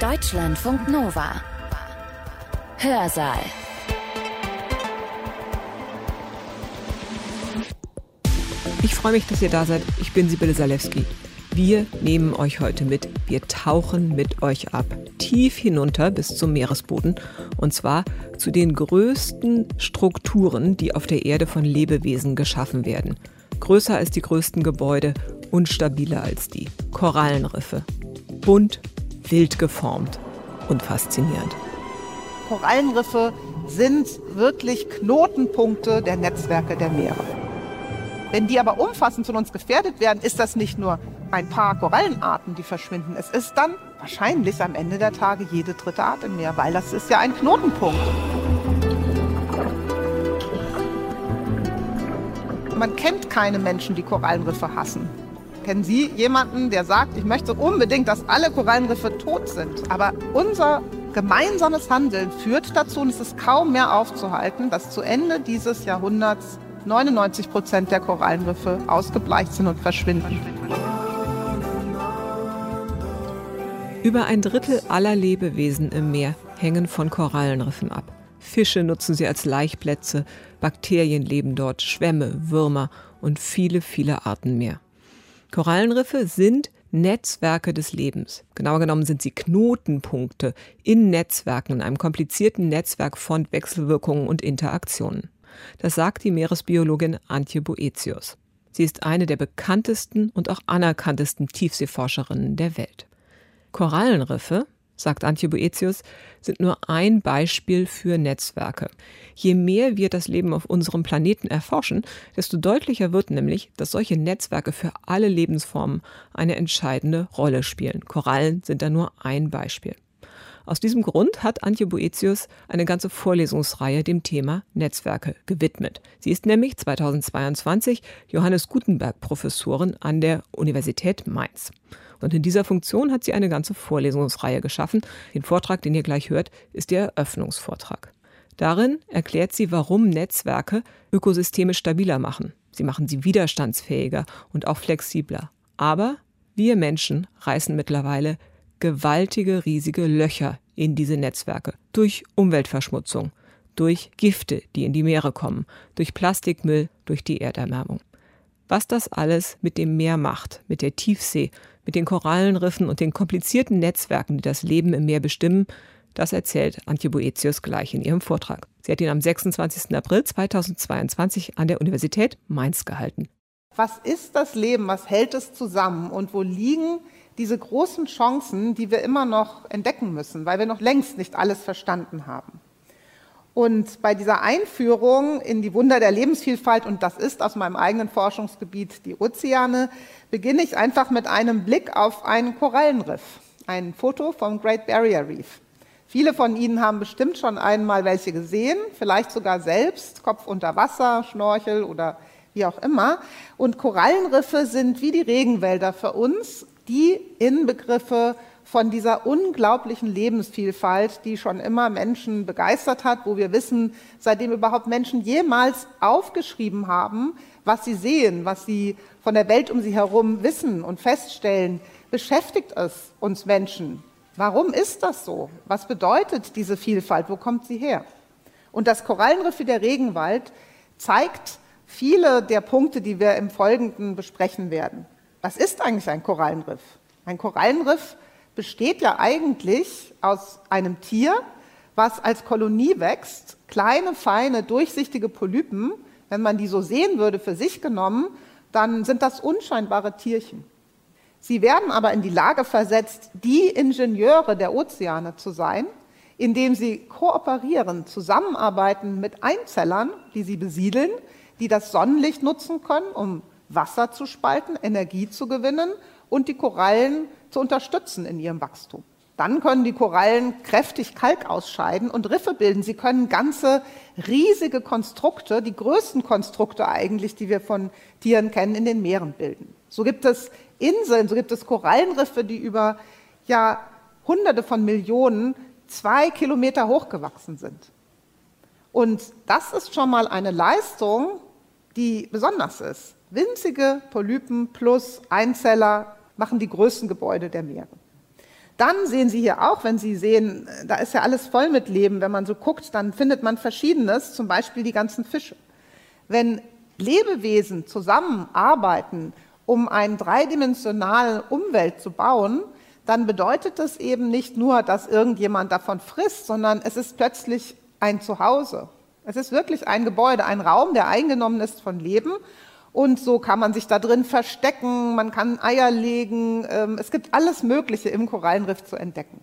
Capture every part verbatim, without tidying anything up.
Deutschlandfunk Nova. Hörsaal. Ich freue mich, dass ihr da seid. Ich bin Sibylle Salewski. Wir nehmen euch heute mit. Wir tauchen mit euch ab. Tief hinunter bis zum Meeresboden. Und zwar zu den größten Strukturen, die auf der Erde von Lebewesen geschaffen werden. Größer als die größten Gebäude und stabiler als die. Korallenriffe. Bunt, wild geformt und faszinierend. Korallenriffe sind wirklich Knotenpunkte der Netzwerke der Meere. Wenn die aber umfassend von uns gefährdet werden, ist das nicht nur ein paar Korallenarten, die verschwinden. Es ist dann wahrscheinlich am Ende der Tage jede dritte Art im Meer, weil das ist ja ein Knotenpunkt. Man kennt keine Menschen, die Korallenriffe hassen. Kennen Sie jemanden, der sagt, ich möchte unbedingt, dass alle Korallenriffe tot sind? Aber unser gemeinsames Handeln führt dazu, und es ist kaum mehr aufzuhalten, dass zu Ende dieses Jahrhunderts neunundneunzig Prozent der Korallenriffe ausgebleicht sind und verschwinden. Über ein Drittel aller Lebewesen im Meer hängen von Korallenriffen ab. Fische nutzen sie als Laichplätze, Bakterien leben dort, Schwämme, Würmer und viele, viele Arten mehr. Korallenriffe sind Netzwerke des Lebens. Genauer genommen sind sie Knotenpunkte in Netzwerken, in einem komplizierten Netzwerk von Wechselwirkungen und Interaktionen. Das sagt die Meeresbiologin Antje Boetius. Sie ist eine der bekanntesten und auch anerkanntesten Tiefseeforscherinnen der Welt. Korallenriffe, sagt Antje Boetius, sind nur ein Beispiel für Netzwerke. Je mehr wir das Leben auf unserem Planeten erforschen, desto deutlicher wird nämlich, dass solche Netzwerke für alle Lebensformen eine entscheidende Rolle spielen. Korallen sind da nur ein Beispiel. Aus diesem Grund hat Antje Boetius eine ganze Vorlesungsreihe dem Thema Netzwerke gewidmet. Sie ist nämlich zweitausendzweiundzwanzig Johannes Gutenberg-Professorin an der Universität Mainz. Und in dieser Funktion hat sie eine ganze Vorlesungsreihe geschaffen. Den Vortrag, den ihr gleich hört, ist der Eröffnungsvortrag. Darin erklärt sie, warum Netzwerke Ökosysteme stabiler machen. Sie machen sie widerstandsfähiger und auch flexibler. Aber wir Menschen reißen mittlerweile gewaltige, riesige Löcher in diese Netzwerke. Durch Umweltverschmutzung, durch Gifte, die in die Meere kommen, durch Plastikmüll, durch die Erderwärmung. Was das alles mit dem Meer macht, mit der Tiefsee, mit den Korallenriffen und den komplizierten Netzwerken, die das Leben im Meer bestimmen, das erzählt Antje Boetius gleich in ihrem Vortrag. Sie hat ihn am sechsundzwanzigsten April zweitausendzweiundzwanzig an der Universität Mainz gehalten. Was ist das Leben? Was hält es zusammen? Und wo liegen diese großen Chancen, die wir immer noch entdecken müssen, weil wir noch längst nicht alles verstanden haben? Und bei dieser Einführung in die Wunder der Lebensvielfalt, und das ist aus meinem eigenen Forschungsgebiet die Ozeane, beginne ich einfach mit einem Blick auf ein Korallenriff, ein Foto vom Great Barrier Reef. Viele von Ihnen haben bestimmt schon einmal welche gesehen, vielleicht sogar selbst, Kopf unter Wasser, Schnorchel oder wie auch immer. Und Korallenriffe sind wie die Regenwälder für uns die Inbegriffe von dieser unglaublichen Lebensvielfalt, die schon immer Menschen begeistert hat, wo wir wissen, seitdem überhaupt Menschen jemals aufgeschrieben haben, was sie sehen, was sie von der Welt um sie herum wissen und feststellen, beschäftigt es uns Menschen. Warum ist das so? Was bedeutet diese Vielfalt? Wo kommt sie her? Und das Korallenriff wie der Regenwald zeigt viele der Punkte, die wir im Folgenden besprechen werden. Was ist eigentlich ein Korallenriff? Ein Korallenriff besteht ja eigentlich aus einem Tier, was als Kolonie wächst, kleine, feine, durchsichtige Polypen. Wenn man die so sehen würde für sich genommen, dann sind das unscheinbare Tierchen. Sie werden aber in die Lage versetzt, die Ingenieure der Ozeane zu sein, indem sie kooperieren, zusammenarbeiten mit Einzellern, die sie besiedeln, die das Sonnenlicht nutzen können, um Wasser zu spalten, Energie zu gewinnen und die Korallen zu unterstützen in ihrem Wachstum. Dann können die Korallen kräftig Kalk ausscheiden und Riffe bilden. Sie können ganze riesige Konstrukte, die größten Konstrukte eigentlich, die wir von Tieren kennen, in den Meeren bilden. So gibt es Inseln, so gibt es Korallenriffe, die über ja, Hunderte von Millionen zwei Kilometer hoch gewachsen sind. Und das ist schon mal eine Leistung, die besonders ist. Winzige Polypen plus Einzeller machen die größten Gebäude der Meere. Dann sehen Sie hier auch, wenn Sie sehen, da ist ja alles voll mit Leben. Wenn man so guckt, dann findet man Verschiedenes, zum Beispiel die ganzen Fische. Wenn Lebewesen zusammenarbeiten, um eine dreidimensionale Umwelt zu bauen, dann bedeutet das eben nicht nur, dass irgendjemand davon frisst, sondern es ist plötzlich ein Zuhause. Es ist wirklich ein Gebäude, ein Raum, der eingenommen ist von Leben. Und so kann man sich da drin verstecken, man kann Eier legen. Es gibt alles Mögliche im Korallenriff zu entdecken.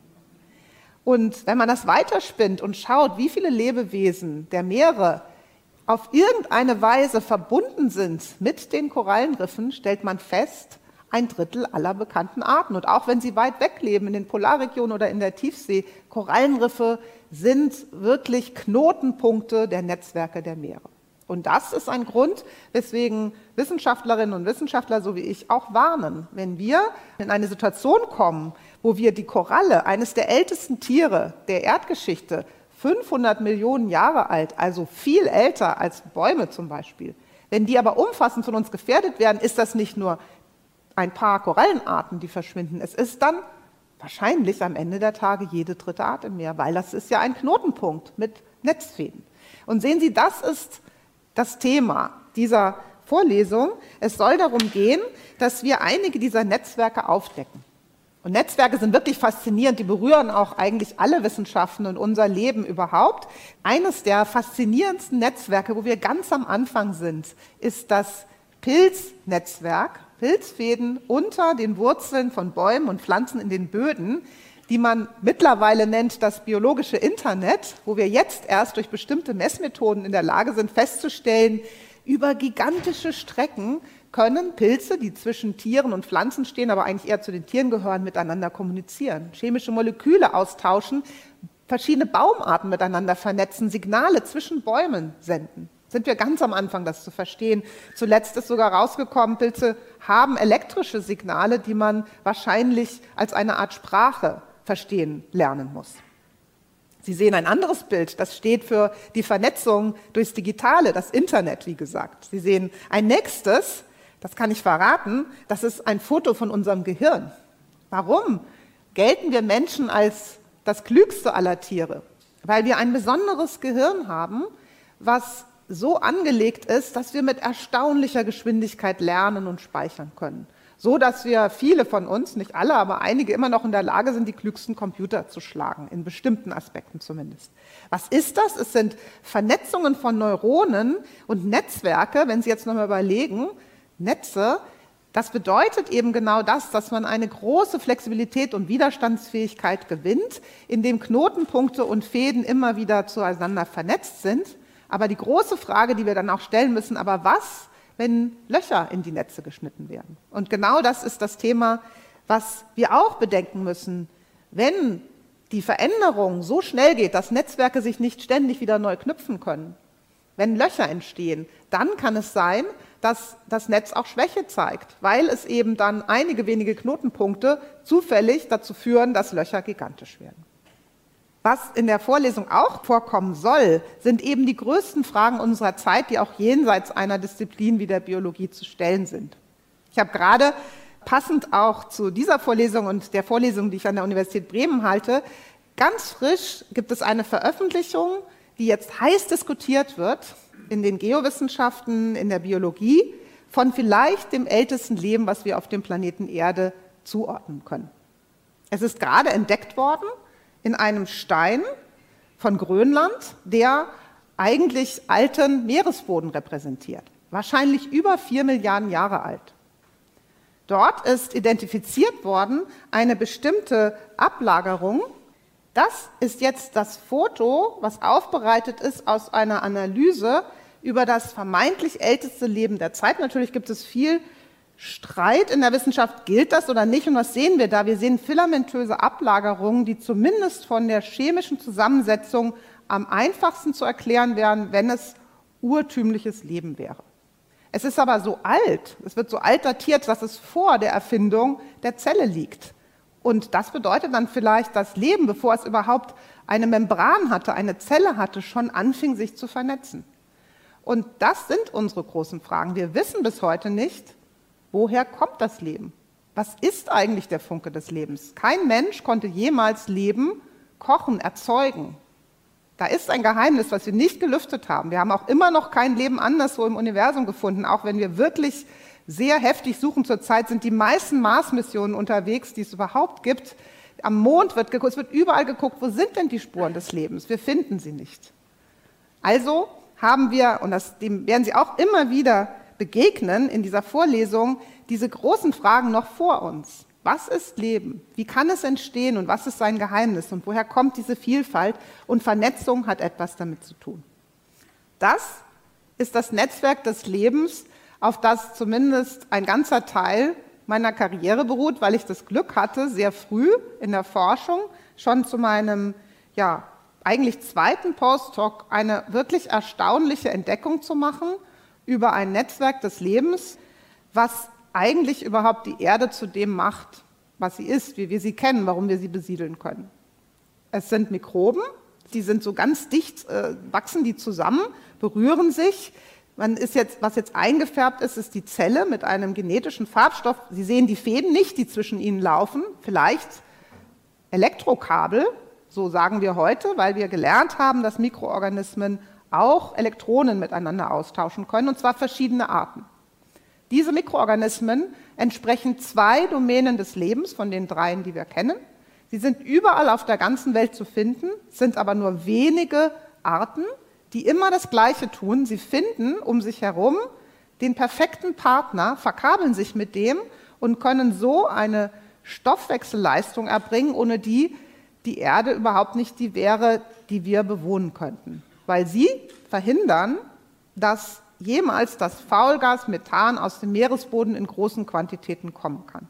Und wenn man das weiterspinnt und schaut, wie viele Lebewesen der Meere auf irgendeine Weise verbunden sind mit den Korallenriffen, stellt man fest, ein Drittel aller bekannten Arten. Und auch wenn sie weit weg leben, in den Polarregionen oder in der Tiefsee, Korallenriffe sind wirklich Knotenpunkte der Netzwerke der Meere. Und das ist ein Grund, weswegen Wissenschaftlerinnen und Wissenschaftler, so wie ich, auch warnen. Wenn wir in eine Situation kommen, wo wir die Koralle, eines der ältesten Tiere der Erdgeschichte, fünfhundert Millionen Jahre alt, also viel älter als Bäume zum Beispiel, wenn die aber umfassend von uns gefährdet werden, ist das nicht nur ein paar Korallenarten, die verschwinden. Es ist dann wahrscheinlich am Ende der Tage jede dritte Art im Meer, weil das ist ja ein Knotenpunkt mit Netzfäden. Und sehen Sie, das ist das Thema dieser Vorlesung. Es soll darum gehen, dass wir einige dieser Netzwerke aufdecken. Und Netzwerke sind wirklich faszinierend, die berühren auch eigentlich alle Wissenschaften und unser Leben überhaupt. Eines der faszinierendsten Netzwerke, wo wir ganz am Anfang sind, ist das Pilznetzwerk. Pilzfäden unter den Wurzeln von Bäumen und Pflanzen in den Böden, die man mittlerweile nennt das biologische Internet, wo wir jetzt erst durch bestimmte Messmethoden in der Lage sind festzustellen, über gigantische Strecken können Pilze, die zwischen Tieren und Pflanzen stehen, aber eigentlich eher zu den Tieren gehören, miteinander kommunizieren, chemische Moleküle austauschen, verschiedene Baumarten miteinander vernetzen, Signale zwischen Bäumen senden. Sind wir ganz am Anfang, das zu verstehen. Zuletzt ist sogar rausgekommen, Pilze haben elektrische Signale, die man wahrscheinlich als eine Art Sprache verstehen lernen muss. Sie sehen ein anderes Bild, das steht für die Vernetzung durchs Digitale, das Internet, wie gesagt. Sie sehen ein nächstes, das kann ich verraten, das ist ein Foto von unserem Gehirn. Warum gelten wir Menschen als das klügste aller Tiere? Weil wir ein besonderes Gehirn haben, was so angelegt ist, dass wir mit erstaunlicher Geschwindigkeit lernen und speichern können. So, dass wir viele von uns, nicht alle, aber einige immer noch in der Lage sind, die klügsten Computer zu schlagen, in bestimmten Aspekten zumindest. Was ist das? Es sind Vernetzungen von Neuronen und Netzwerke, wenn Sie jetzt nochmal überlegen, Netze, das bedeutet eben genau das, dass man eine große Flexibilität und Widerstandsfähigkeit gewinnt, indem Knotenpunkte und Fäden immer wieder zueinander vernetzt sind. Aber die große Frage, die wir dann auch stellen müssen, aber was, wenn Löcher in die Netze geschnitten werden? Und genau das ist das Thema, was wir auch bedenken müssen. Wenn die Veränderung so schnell geht, dass Netzwerke sich nicht ständig wieder neu knüpfen können, wenn Löcher entstehen, dann kann es sein, dass das Netz auch Schwäche zeigt, weil es eben dann einige wenige Knotenpunkte zufällig dazu führen, dass Löcher gigantisch werden. Was in der Vorlesung auch vorkommen soll, sind eben die größten Fragen unserer Zeit, die auch jenseits einer Disziplin wie der Biologie zu stellen sind. Ich habe gerade passend auch zu dieser Vorlesung und der Vorlesung, die ich an der Universität Bremen halte, ganz frisch gibt es eine Veröffentlichung, die jetzt heiß diskutiert wird in den Geowissenschaften, in der Biologie, von vielleicht dem ältesten Leben, was wir auf dem Planeten Erde zuordnen können. Es ist gerade entdeckt worden in einem Stein von Grönland, der eigentlich alten Meeresboden repräsentiert, wahrscheinlich über vier Milliarden Jahre alt. Dort ist identifiziert worden eine bestimmte Ablagerung. Das ist jetzt das Foto, was aufbereitet ist aus einer Analyse über das vermeintlich älteste Leben der Zeit. Natürlich gibt es viel Streit in der Wissenschaft, gilt das oder nicht? Und was sehen wir da? Wir sehen filamentöse Ablagerungen, die zumindest von der chemischen Zusammensetzung am einfachsten zu erklären wären, wenn es urtümliches Leben wäre. Es ist aber so alt, es wird so alt datiert, dass es vor der Erfindung der Zelle liegt. Und das bedeutet dann vielleicht, dass Leben, bevor es überhaupt eine Membran hatte, eine Zelle hatte, schon anfing, sich zu vernetzen. Und das sind unsere großen Fragen. Wir wissen bis heute nicht, woher kommt das Leben? Was ist eigentlich der Funke des Lebens? Kein Mensch konnte jemals leben, kochen, erzeugen. Da ist ein Geheimnis, was wir nicht gelüftet haben. Wir haben auch immer noch kein Leben anderswo im Universum gefunden, auch wenn wir wirklich sehr heftig suchen. Zurzeit sind die meisten Mars-Missionen unterwegs, die es überhaupt gibt. Am Mond wird geguckt, es wird überall geguckt, wo sind denn die Spuren des Lebens? Wir finden sie nicht. Also haben wir, und das, dem werden Sie auch immer wieder begegnen in dieser Vorlesung, diese großen Fragen noch vor uns. Was ist Leben? Wie kann es entstehen und was ist sein Geheimnis? Und woher kommt diese Vielfalt? Und Vernetzung hat etwas damit zu tun. Das ist das Netzwerk des Lebens, auf das zumindest ein ganzer Teil meiner Karriere beruht, weil ich das Glück hatte, sehr früh in der Forschung schon zu meinem, ja, eigentlich zweiten Postdoc eine wirklich erstaunliche Entdeckung zu machen über ein Netzwerk des Lebens, was eigentlich überhaupt die Erde zu dem macht, was sie ist, wie wir sie kennen, warum wir sie besiedeln können. Es sind Mikroben, die sind so ganz dicht, äh, wachsen die zusammen, berühren sich. Man ist jetzt, was jetzt eingefärbt ist, ist die Zelle mit einem genetischen Farbstoff. Sie sehen die Fäden nicht, die zwischen ihnen laufen, vielleicht Elektrokabel, so sagen wir heute, weil wir gelernt haben, dass Mikroorganismen auch Elektronen miteinander austauschen können, und zwar verschiedene Arten. Diese Mikroorganismen entsprechen zwei Domänen des Lebens, von den dreien, die wir kennen. Sie sind überall auf der ganzen Welt zu finden, sind aber nur wenige Arten, die immer das Gleiche tun. Sie finden um sich herum den perfekten Partner, verkabeln sich mit dem und können so eine Stoffwechselleistung erbringen, ohne die die Erde überhaupt nicht die wäre, die wir bewohnen könnten. Weil sie verhindern, dass jemals das Faulgas Methan aus dem Meeresboden in großen Quantitäten kommen kann.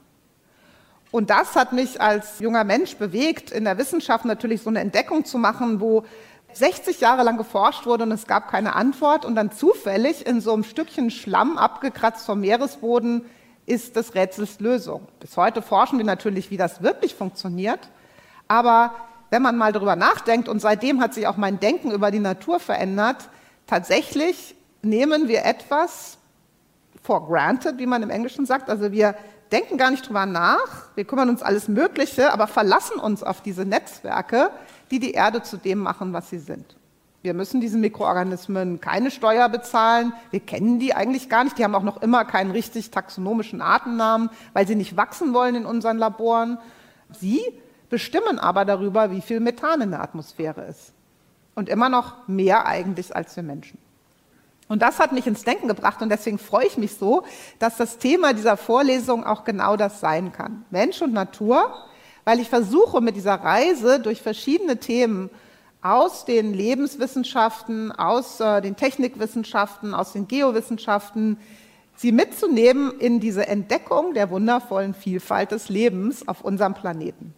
Und das hat mich als junger Mensch bewegt, in der Wissenschaft natürlich so eine Entdeckung zu machen, wo sechzig Jahre lang geforscht wurde und es gab keine Antwort. Und dann zufällig in so einem Stückchen Schlamm abgekratzt vom Meeresboden ist des Rätsels Lösung. Bis heute forschen wir natürlich, wie das wirklich funktioniert. Aber wenn man mal darüber nachdenkt, und seitdem hat sich auch mein Denken über die Natur verändert, tatsächlich nehmen wir etwas for granted, wie man im Englischen sagt. Also wir denken gar nicht drüber nach, wir kümmern uns alles Mögliche, aber verlassen uns auf diese Netzwerke, die die Erde zu dem machen, was sie sind. Wir müssen diesen Mikroorganismen keine Steuer bezahlen, wir kennen die eigentlich gar nicht, die haben auch noch immer keinen richtig taxonomischen Artennamen, weil sie nicht wachsen wollen in unseren Laboren. Sie bestimmen aber darüber, wie viel Methan in der Atmosphäre ist. Und immer noch mehr eigentlich als wir Menschen. Und das hat mich ins Denken gebracht und deswegen freue ich mich so, dass das Thema dieser Vorlesung auch genau das sein kann. Mensch und Natur, weil ich versuche mit dieser Reise durch verschiedene Themen aus den Lebenswissenschaften, aus äh, den Technikwissenschaften, aus den Geowissenschaften, sie mitzunehmen in diese Entdeckung der wundervollen Vielfalt des Lebens auf unserem Planeten.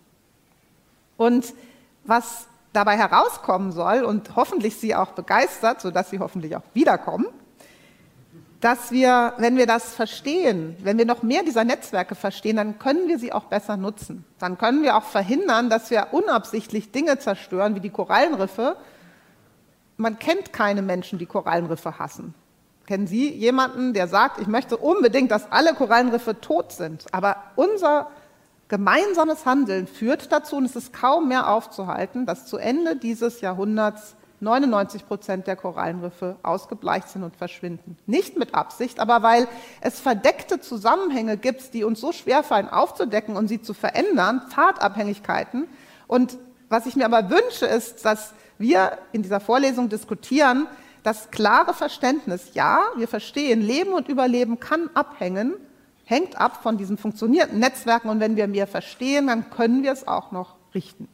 Und was dabei herauskommen soll und hoffentlich Sie auch begeistert, sodass Sie hoffentlich auch wiederkommen, dass wir, wenn wir das verstehen, wenn wir noch mehr dieser Netzwerke verstehen, dann können wir sie auch besser nutzen. Dann können wir auch verhindern, dass wir unabsichtlich Dinge zerstören, wie die Korallenriffe. Man kennt keine Menschen, die Korallenriffe hassen. Kennen Sie jemanden, der sagt, ich möchte unbedingt, dass alle Korallenriffe tot sind? Aber unser gemeinsames Handeln führt dazu, und es ist kaum mehr aufzuhalten, dass zu Ende dieses Jahrhunderts neunundneunzig Prozent der Korallenriffe ausgebleicht sind und verschwinden. Nicht mit Absicht, aber weil es verdeckte Zusammenhänge gibt, die uns so schwerfallen aufzudecken und sie zu verändern, Pfadabhängigkeiten. Und was ich mir aber wünsche, ist, dass wir in dieser Vorlesung diskutieren, das klare Verständnis, ja, wir verstehen, Leben und Überleben kann abhängen, hängt ab von diesen funktionierenden Netzwerken, und wenn wir mehr verstehen, dann können wir es auch noch richten.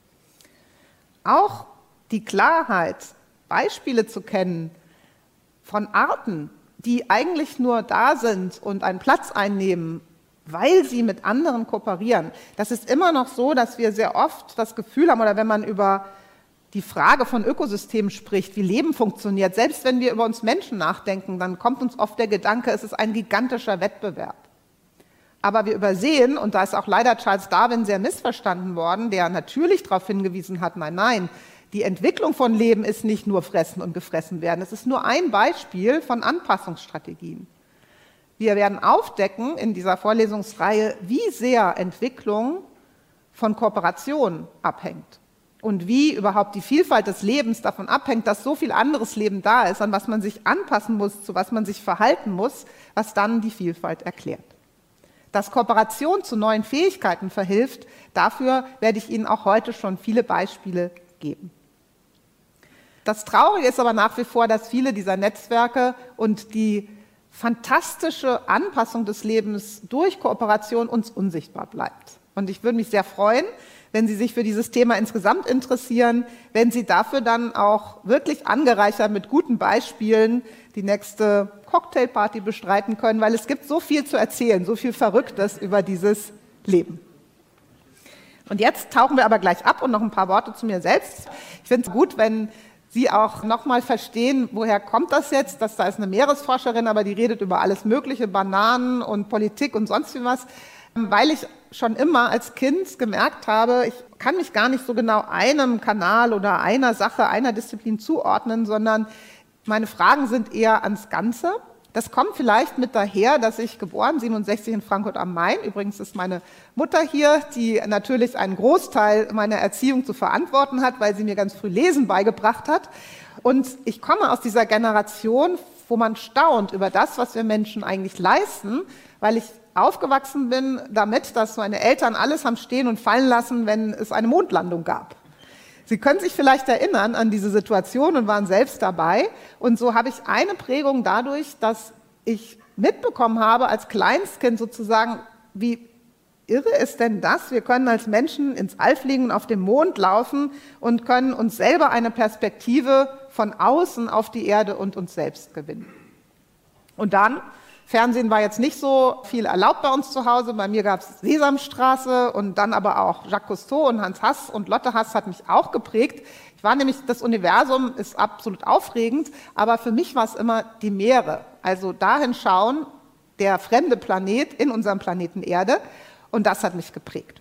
Auch die Klarheit, Beispiele zu kennen von Arten, die eigentlich nur da sind und einen Platz einnehmen, weil sie mit anderen kooperieren. Das ist immer noch so, dass wir sehr oft das Gefühl haben, oder wenn man über die Frage von Ökosystemen spricht, wie Leben funktioniert, selbst wenn wir über uns Menschen nachdenken, dann kommt uns oft der Gedanke, es ist ein gigantischer Wettbewerb. Aber wir übersehen, und da ist auch leider Charles Darwin sehr missverstanden worden, der natürlich darauf hingewiesen hat, nein, nein, die Entwicklung von Leben ist nicht nur fressen und gefressen werden, es ist nur ein Beispiel von Anpassungsstrategien. Wir werden aufdecken in dieser Vorlesungsreihe, wie sehr Entwicklung von Kooperation abhängt und wie überhaupt die Vielfalt des Lebens davon abhängt, dass so viel anderes Leben da ist, an was man sich anpassen muss, zu was man sich verhalten muss, was dann die Vielfalt erklärt. Dass Kooperation zu neuen Fähigkeiten verhilft, dafür werde ich Ihnen auch heute schon viele Beispiele geben. Das Traurige ist aber nach wie vor, dass viele dieser Netzwerke und die fantastische Anpassung des Lebens durch Kooperation uns unsichtbar bleibt. Und ich würde mich sehr freuen, wenn Sie sich für dieses Thema insgesamt interessieren, wenn Sie dafür dann auch wirklich angereichert mit guten Beispielen die nächste Cocktailparty bestreiten können, weil es gibt so viel zu erzählen, so viel Verrücktes über dieses Leben. Und jetzt tauchen wir aber gleich ab und noch ein paar Worte zu mir selbst. Ich finde es gut, wenn Sie auch nochmal verstehen, woher kommt das jetzt, dass da ist eine Meeresforscherin, aber die redet über alles Mögliche, Bananen und Politik und sonst wie was, weil ich schon immer als Kind gemerkt habe, ich kann mich gar nicht so genau einem Kanal oder einer Sache, einer Disziplin zuordnen, sondern meine Fragen sind eher ans Ganze. Das kommt vielleicht mit daher, dass ich geboren, siebenundsechzig in Frankfurt am Main, übrigens ist meine Mutter hier, die natürlich einen Großteil meiner Erziehung zu verantworten hat, weil sie mir ganz früh Lesen beigebracht hat. Und ich komme aus dieser Generation, wo man staunt über das, was wir Menschen eigentlich leisten, weil ich aufgewachsen bin damit, dass meine Eltern alles haben stehen und fallen lassen, wenn es eine Mondlandung gab. Sie können sich vielleicht erinnern an diese Situation und waren selbst dabei. Und so habe ich eine Prägung dadurch, dass ich mitbekommen habe als Kleinstkind sozusagen, wie irre ist denn das? Wir können als Menschen ins All fliegen und auf dem Mond laufen und können uns selber eine Perspektive von außen auf die Erde und uns selbst gewinnen. Und dann, Fernsehen war jetzt nicht so viel erlaubt bei uns zu Hause. Bei mir gab es Sesamstraße und dann aber auch Jacques Cousteau und Hans Hass und Lotte Hass hat mich auch geprägt. Ich war nämlich, das Universum ist absolut aufregend, aber für mich war es immer die Meere. Also dahin schauen, der fremde Planet in unserem Planeten Erde, und das hat mich geprägt.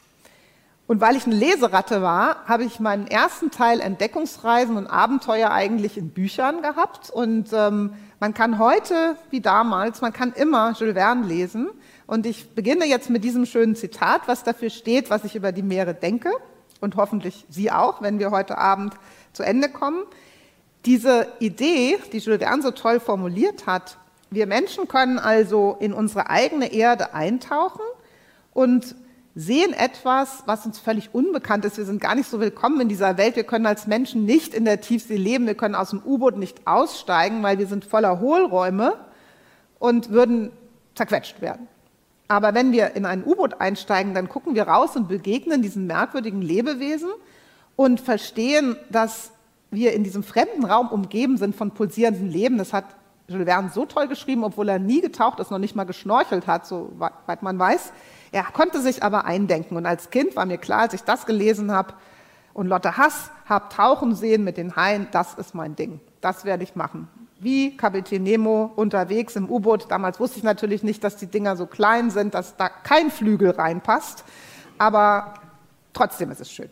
Und weil ich eine Leseratte war, habe ich meinen ersten Teil Entdeckungsreisen und Abenteuer eigentlich in Büchern gehabt. Und ähm, man kann heute wie damals, man kann immer Jules Verne lesen. Und ich beginne jetzt mit diesem schönen Zitat, was dafür steht, was ich über die Meere denke. Und hoffentlich Sie auch, wenn wir heute Abend zu Ende kommen. Diese Idee, die Jules Verne so toll formuliert hat, wir Menschen können also in unsere eigene Erde eintauchen und sehen etwas, was uns völlig unbekannt ist. Wir sind gar nicht so willkommen in dieser Welt. Wir können als Menschen nicht in der Tiefsee leben. Wir können aus dem U-Boot nicht aussteigen, weil wir sind voller Hohlräume und würden zerquetscht werden. Aber wenn wir in ein U-Boot einsteigen, dann gucken wir raus und begegnen diesen merkwürdigen Lebewesen und verstehen, dass wir in diesem fremden Raum umgeben sind von pulsierendem Leben. Das hat Jules Verne so toll geschrieben, obwohl er nie getaucht ist, noch nicht mal geschnorchelt hat, soweit man weiß. Er konnte sich aber eindenken. Und als Kind war mir klar, als ich das gelesen habe und Lotte Hass habe tauchen sehen mit den Haien, das ist mein Ding. Das werde ich machen. Wie Kapitän Nemo unterwegs im U-Boot. Damals wusste ich natürlich nicht, dass die Dinger so klein sind, dass da kein Flügel reinpasst. Aber trotzdem ist es schön.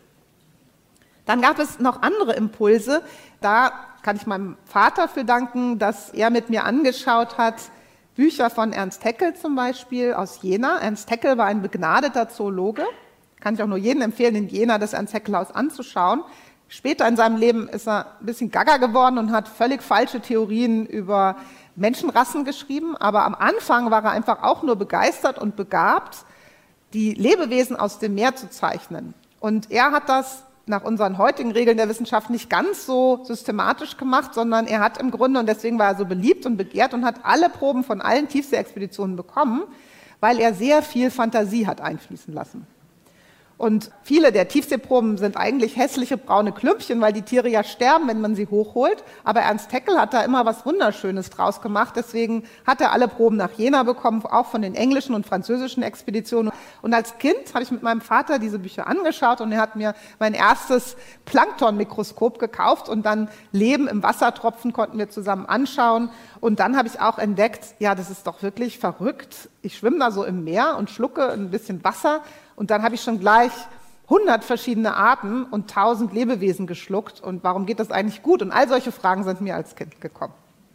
Dann gab es noch andere Impulse. Da kann ich meinem Vater für danken, dass er mit mir angeschaut hat, Bücher von Ernst Haeckel zum Beispiel aus Jena. Ernst Haeckel war ein begnadeter Zoologe. Kann ich auch nur jedem empfehlen, in Jena das Ernst Haeckel Haus anzuschauen. Später in seinem Leben ist er ein bisschen gaga geworden und hat völlig falsche Theorien über Menschenrassen geschrieben. Aber am Anfang war er einfach auch nur begeistert und begabt, die Lebewesen aus dem Meer zu zeichnen. Und er hat das nach unseren heutigen Regeln der Wissenschaft nicht ganz so systematisch gemacht, sondern er hat im Grunde, und deswegen war er so beliebt und begehrt und hat alle Proben von allen Tiefseeexpeditionen bekommen, weil er sehr viel Fantasie hat einfließen lassen. Und viele der Tiefseeproben sind eigentlich hässliche braune Klümpchen, weil die Tiere ja sterben, wenn man sie hochholt. Aber Ernst Haeckel hat da immer was Wunderschönes draus gemacht. Deswegen hat er alle Proben nach Jena bekommen, auch von den englischen und französischen Expeditionen. Und als Kind habe ich mit meinem Vater diese Bücher angeschaut und er hat mir mein erstes Planktonmikroskop gekauft und dann Leben im Wassertropfen konnten wir zusammen anschauen. Und dann habe ich auch entdeckt, ja, das ist doch wirklich verrückt. Ich schwimme da so im Meer und schlucke ein bisschen Wasser. Und dann habe ich schon gleich hundert verschiedene Arten und tausend Lebewesen geschluckt. Und warum geht das eigentlich gut? Und all solche Fragen sind mir als Kind gekommen.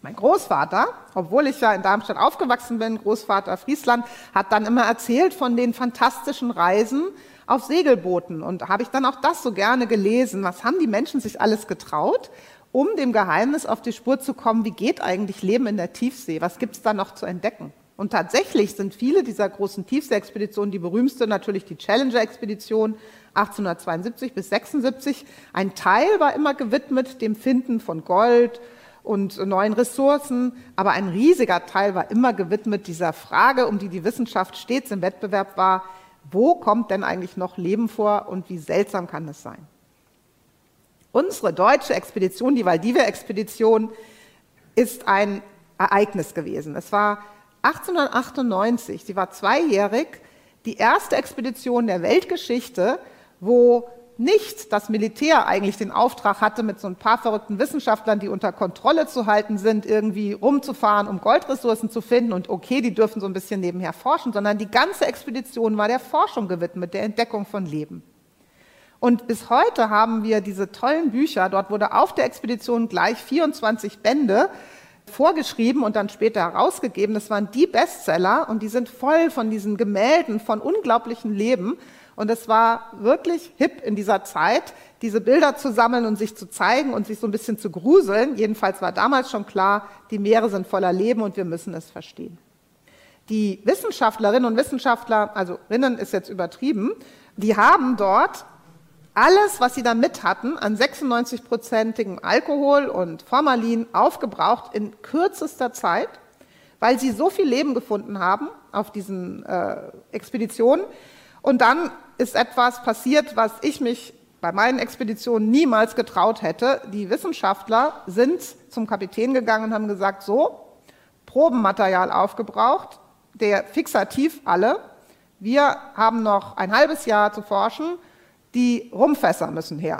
Mein Großvater, obwohl ich ja in Darmstadt aufgewachsen bin, Großvater Friesland, hat dann immer erzählt von den fantastischen Reisen auf Segelbooten. Und da habe ich dann auch das so gerne gelesen. Was haben die Menschen sich alles getraut, um dem Geheimnis auf die Spur zu kommen, wie geht eigentlich Leben in der Tiefsee? Was gibt es da noch zu entdecken? Und tatsächlich sind viele dieser großen Tiefsee-Expeditionen, die berühmteste natürlich die Challenger-Expedition achtzehnhundertzweiundsiebzig bis sechsundsiebzig, ein Teil war immer gewidmet dem Finden von Gold und neuen Ressourcen, aber ein riesiger Teil war immer gewidmet dieser Frage, um die die Wissenschaft stets im Wettbewerb war, wo kommt denn eigentlich noch Leben vor und wie seltsam kann es sein? Unsere deutsche Expedition, die Valdivia-Expedition, ist ein Ereignis gewesen. Es war achtzehnhundertachtundneunzig, sie war zweijährig, die erste Expedition der Weltgeschichte, wo nicht das Militär eigentlich den Auftrag hatte, mit so ein paar verrückten Wissenschaftlern, die unter Kontrolle zu halten sind, irgendwie rumzufahren, um Goldressourcen zu finden und okay, die dürfen so ein bisschen nebenher forschen, sondern die ganze Expedition war der Forschung gewidmet, der Entdeckung von Leben. Und bis heute haben wir diese tollen Bücher, dort wurde auf der Expedition gleich vierundzwanzig Bände vorgeschrieben und dann später herausgegeben. Das waren die Bestseller und die sind voll von diesen Gemälden, von unglaublichem Leben. Und es war wirklich hip in dieser Zeit, diese Bilder zu sammeln und sich zu zeigen und sich so ein bisschen zu gruseln. Jedenfalls war damals schon klar, die Meere sind voller Leben und wir müssen es verstehen. Die Wissenschaftlerinnen und Wissenschaftler, also Rinnen ist jetzt übertrieben, die haben dort alles, was sie da mit hatten, an sechsundneunzig-prozentigem Alkohol und Formalin aufgebraucht in kürzester Zeit, weil sie so viel Leben gefunden haben auf diesen äh, Expeditionen. Und dann ist etwas passiert, was ich mich bei meinen Expeditionen niemals getraut hätte. Die Wissenschaftler sind zum Kapitän gegangen und haben gesagt, so, Probenmaterial aufgebraucht, der Fixativ alle. Wir haben noch ein halbes Jahr zu forschen, die Rumfässer müssen her.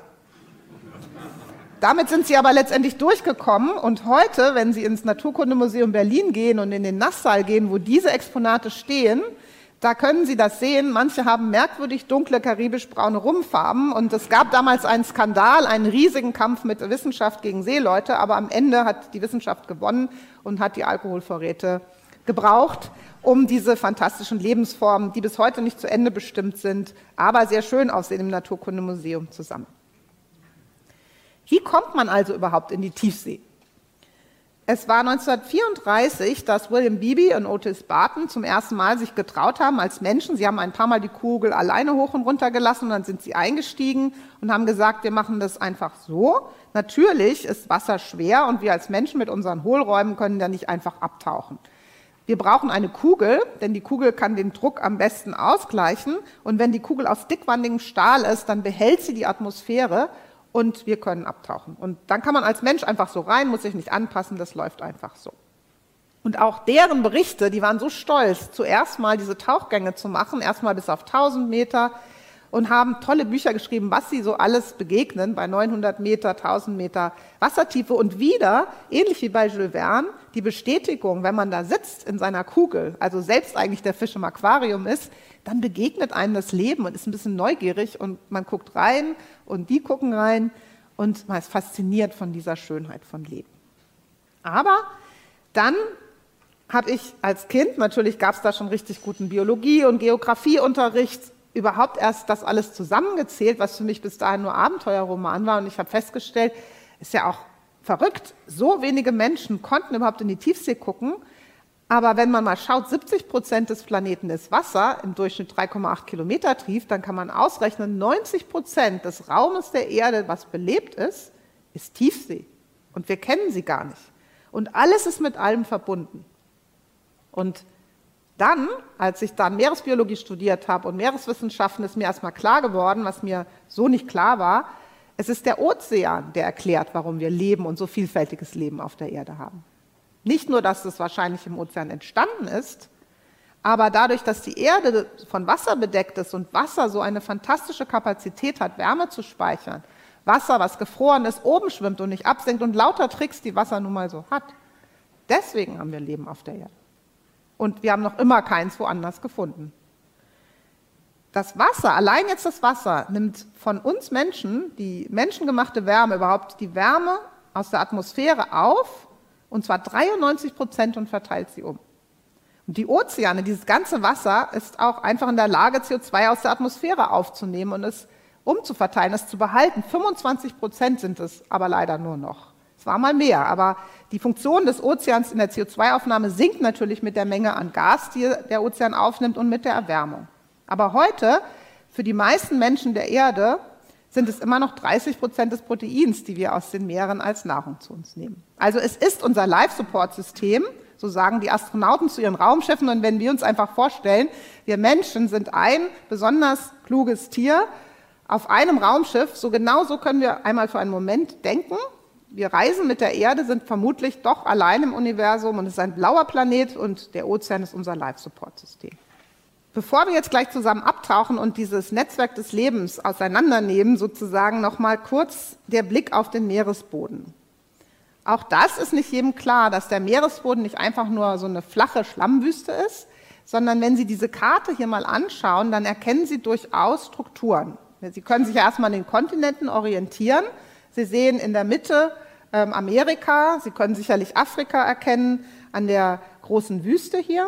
Damit sind sie aber letztendlich durchgekommen und heute, wenn Sie ins Naturkundemuseum Berlin gehen und in den Nasssaal gehen, wo diese Exponate stehen, da können Sie das sehen. Manche haben merkwürdig dunkle, karibisch-braune Rumfarben und es gab damals einen Skandal, einen riesigen Kampf mit Wissenschaft gegen Seeleute, aber am Ende hat die Wissenschaft gewonnen und hat die Alkoholvorräte gebraucht, um diese fantastischen Lebensformen, die bis heute nicht zu Ende bestimmt sind, aber sehr schön aussehen im Naturkundemuseum zusammen. Wie kommt man also überhaupt in die Tiefsee? Es war neunzehnhundertvierunddreißig, dass William Beebe und Otis Barton zum ersten Mal sich getraut haben als Menschen. Sie haben ein paar Mal die Kugel alleine hoch und runter gelassen und dann sind sie eingestiegen und haben gesagt, wir machen das einfach so. Natürlich ist Wasser schwer und wir als Menschen mit unseren Hohlräumen können da nicht einfach abtauchen. Wir brauchen eine Kugel, denn die Kugel kann den Druck am besten ausgleichen. Und wenn die Kugel aus dickwandigem Stahl ist, dann behält sie die Atmosphäre und wir können abtauchen. Und dann kann man als Mensch einfach so rein, muss sich nicht anpassen, das läuft einfach so. Und auch deren Berichte, die waren so stolz, zuerst mal diese Tauchgänge zu machen, erstmal bis auf tausend Meter und haben tolle Bücher geschrieben, was sie so alles begegnen bei neunhundert Meter, tausend Meter Wassertiefe und wieder, ähnlich wie bei Jules Verne, die Bestätigung, wenn man da sitzt in seiner Kugel, also selbst eigentlich der Fisch im Aquarium ist, dann begegnet einem das Leben und ist ein bisschen neugierig und man guckt rein und die gucken rein und man ist fasziniert von dieser Schönheit von Leben. Aber dann habe ich als Kind, natürlich gab es da schon richtig guten Biologie- und Geografieunterricht, überhaupt erst das alles zusammengezählt, was für mich bis dahin nur Abenteuerroman war. Und ich habe festgestellt, ist ja auch verrückt, so wenige Menschen konnten überhaupt in die Tiefsee gucken. Aber wenn man mal schaut, siebzig Prozent des Planeten ist Wasser, im Durchschnitt drei Komma acht Kilometer tief, dann kann man ausrechnen, neunzig Prozent des Raumes der Erde, was belebt ist, ist Tiefsee. Und wir kennen sie gar nicht. Und alles ist mit allem verbunden. Und dann, als ich dann Meeresbiologie studiert habe und Meereswissenschaften, ist mir erstmal klar geworden, was mir so nicht klar war, es ist der Ozean, der erklärt, warum wir leben und so vielfältiges Leben auf der Erde haben. Nicht nur, dass es wahrscheinlich im Ozean entstanden ist, aber dadurch, dass die Erde von Wasser bedeckt ist und Wasser so eine fantastische Kapazität hat, Wärme zu speichern, Wasser, was gefroren ist, oben schwimmt und nicht absinkt und lauter Tricks, die Wasser nun mal so hat. Deswegen haben wir Leben auf der Erde. Und wir haben noch immer keins woanders gefunden. Das Wasser, allein jetzt das Wasser, nimmt von uns Menschen die menschengemachte Wärme, überhaupt die Wärme aus der Atmosphäre auf Und zwar dreiundneunzig Prozent und verteilt sie um. Und die Ozeane, dieses ganze Wasser, ist auch einfach in der Lage, C O zwei aus der Atmosphäre aufzunehmen und es umzuverteilen, es zu behalten. fünfundzwanzig Prozent sind es aber leider nur noch. Es war mal mehr, aber die Funktion des Ozeans in der C O zwei Aufnahme sinkt natürlich mit der Menge an Gas, die der Ozean aufnimmt und mit der Erwärmung. Aber heute, für die meisten Menschen der Erde, sind es immer noch dreißig Prozent des Proteins, die wir aus den Meeren als Nahrung zu uns nehmen. Also es ist unser Life-Support-System, so sagen die Astronauten zu ihren Raumschiffen. Und wenn wir uns einfach vorstellen, wir Menschen sind ein besonders kluges Tier auf einem Raumschiff, so genau so können wir einmal für einen Moment denken. Wir reisen mit der Erde, sind vermutlich doch allein im Universum und es ist ein blauer Planet und der Ozean ist unser Life-Support-System. Bevor wir jetzt gleich zusammen abtauchen und dieses Netzwerk des Lebens auseinandernehmen, sozusagen noch mal kurz der Blick auf den Meeresboden. Auch das ist nicht jedem klar, dass der Meeresboden nicht einfach nur so eine flache Schlammwüste ist, sondern wenn Sie diese Karte hier mal anschauen, dann erkennen Sie durchaus Strukturen. Sie können sich ja erstmal an den Kontinenten orientieren. Sie sehen in der Mitte ähm, Amerika, Sie können sicherlich Afrika erkennen, an der großen Wüste hier.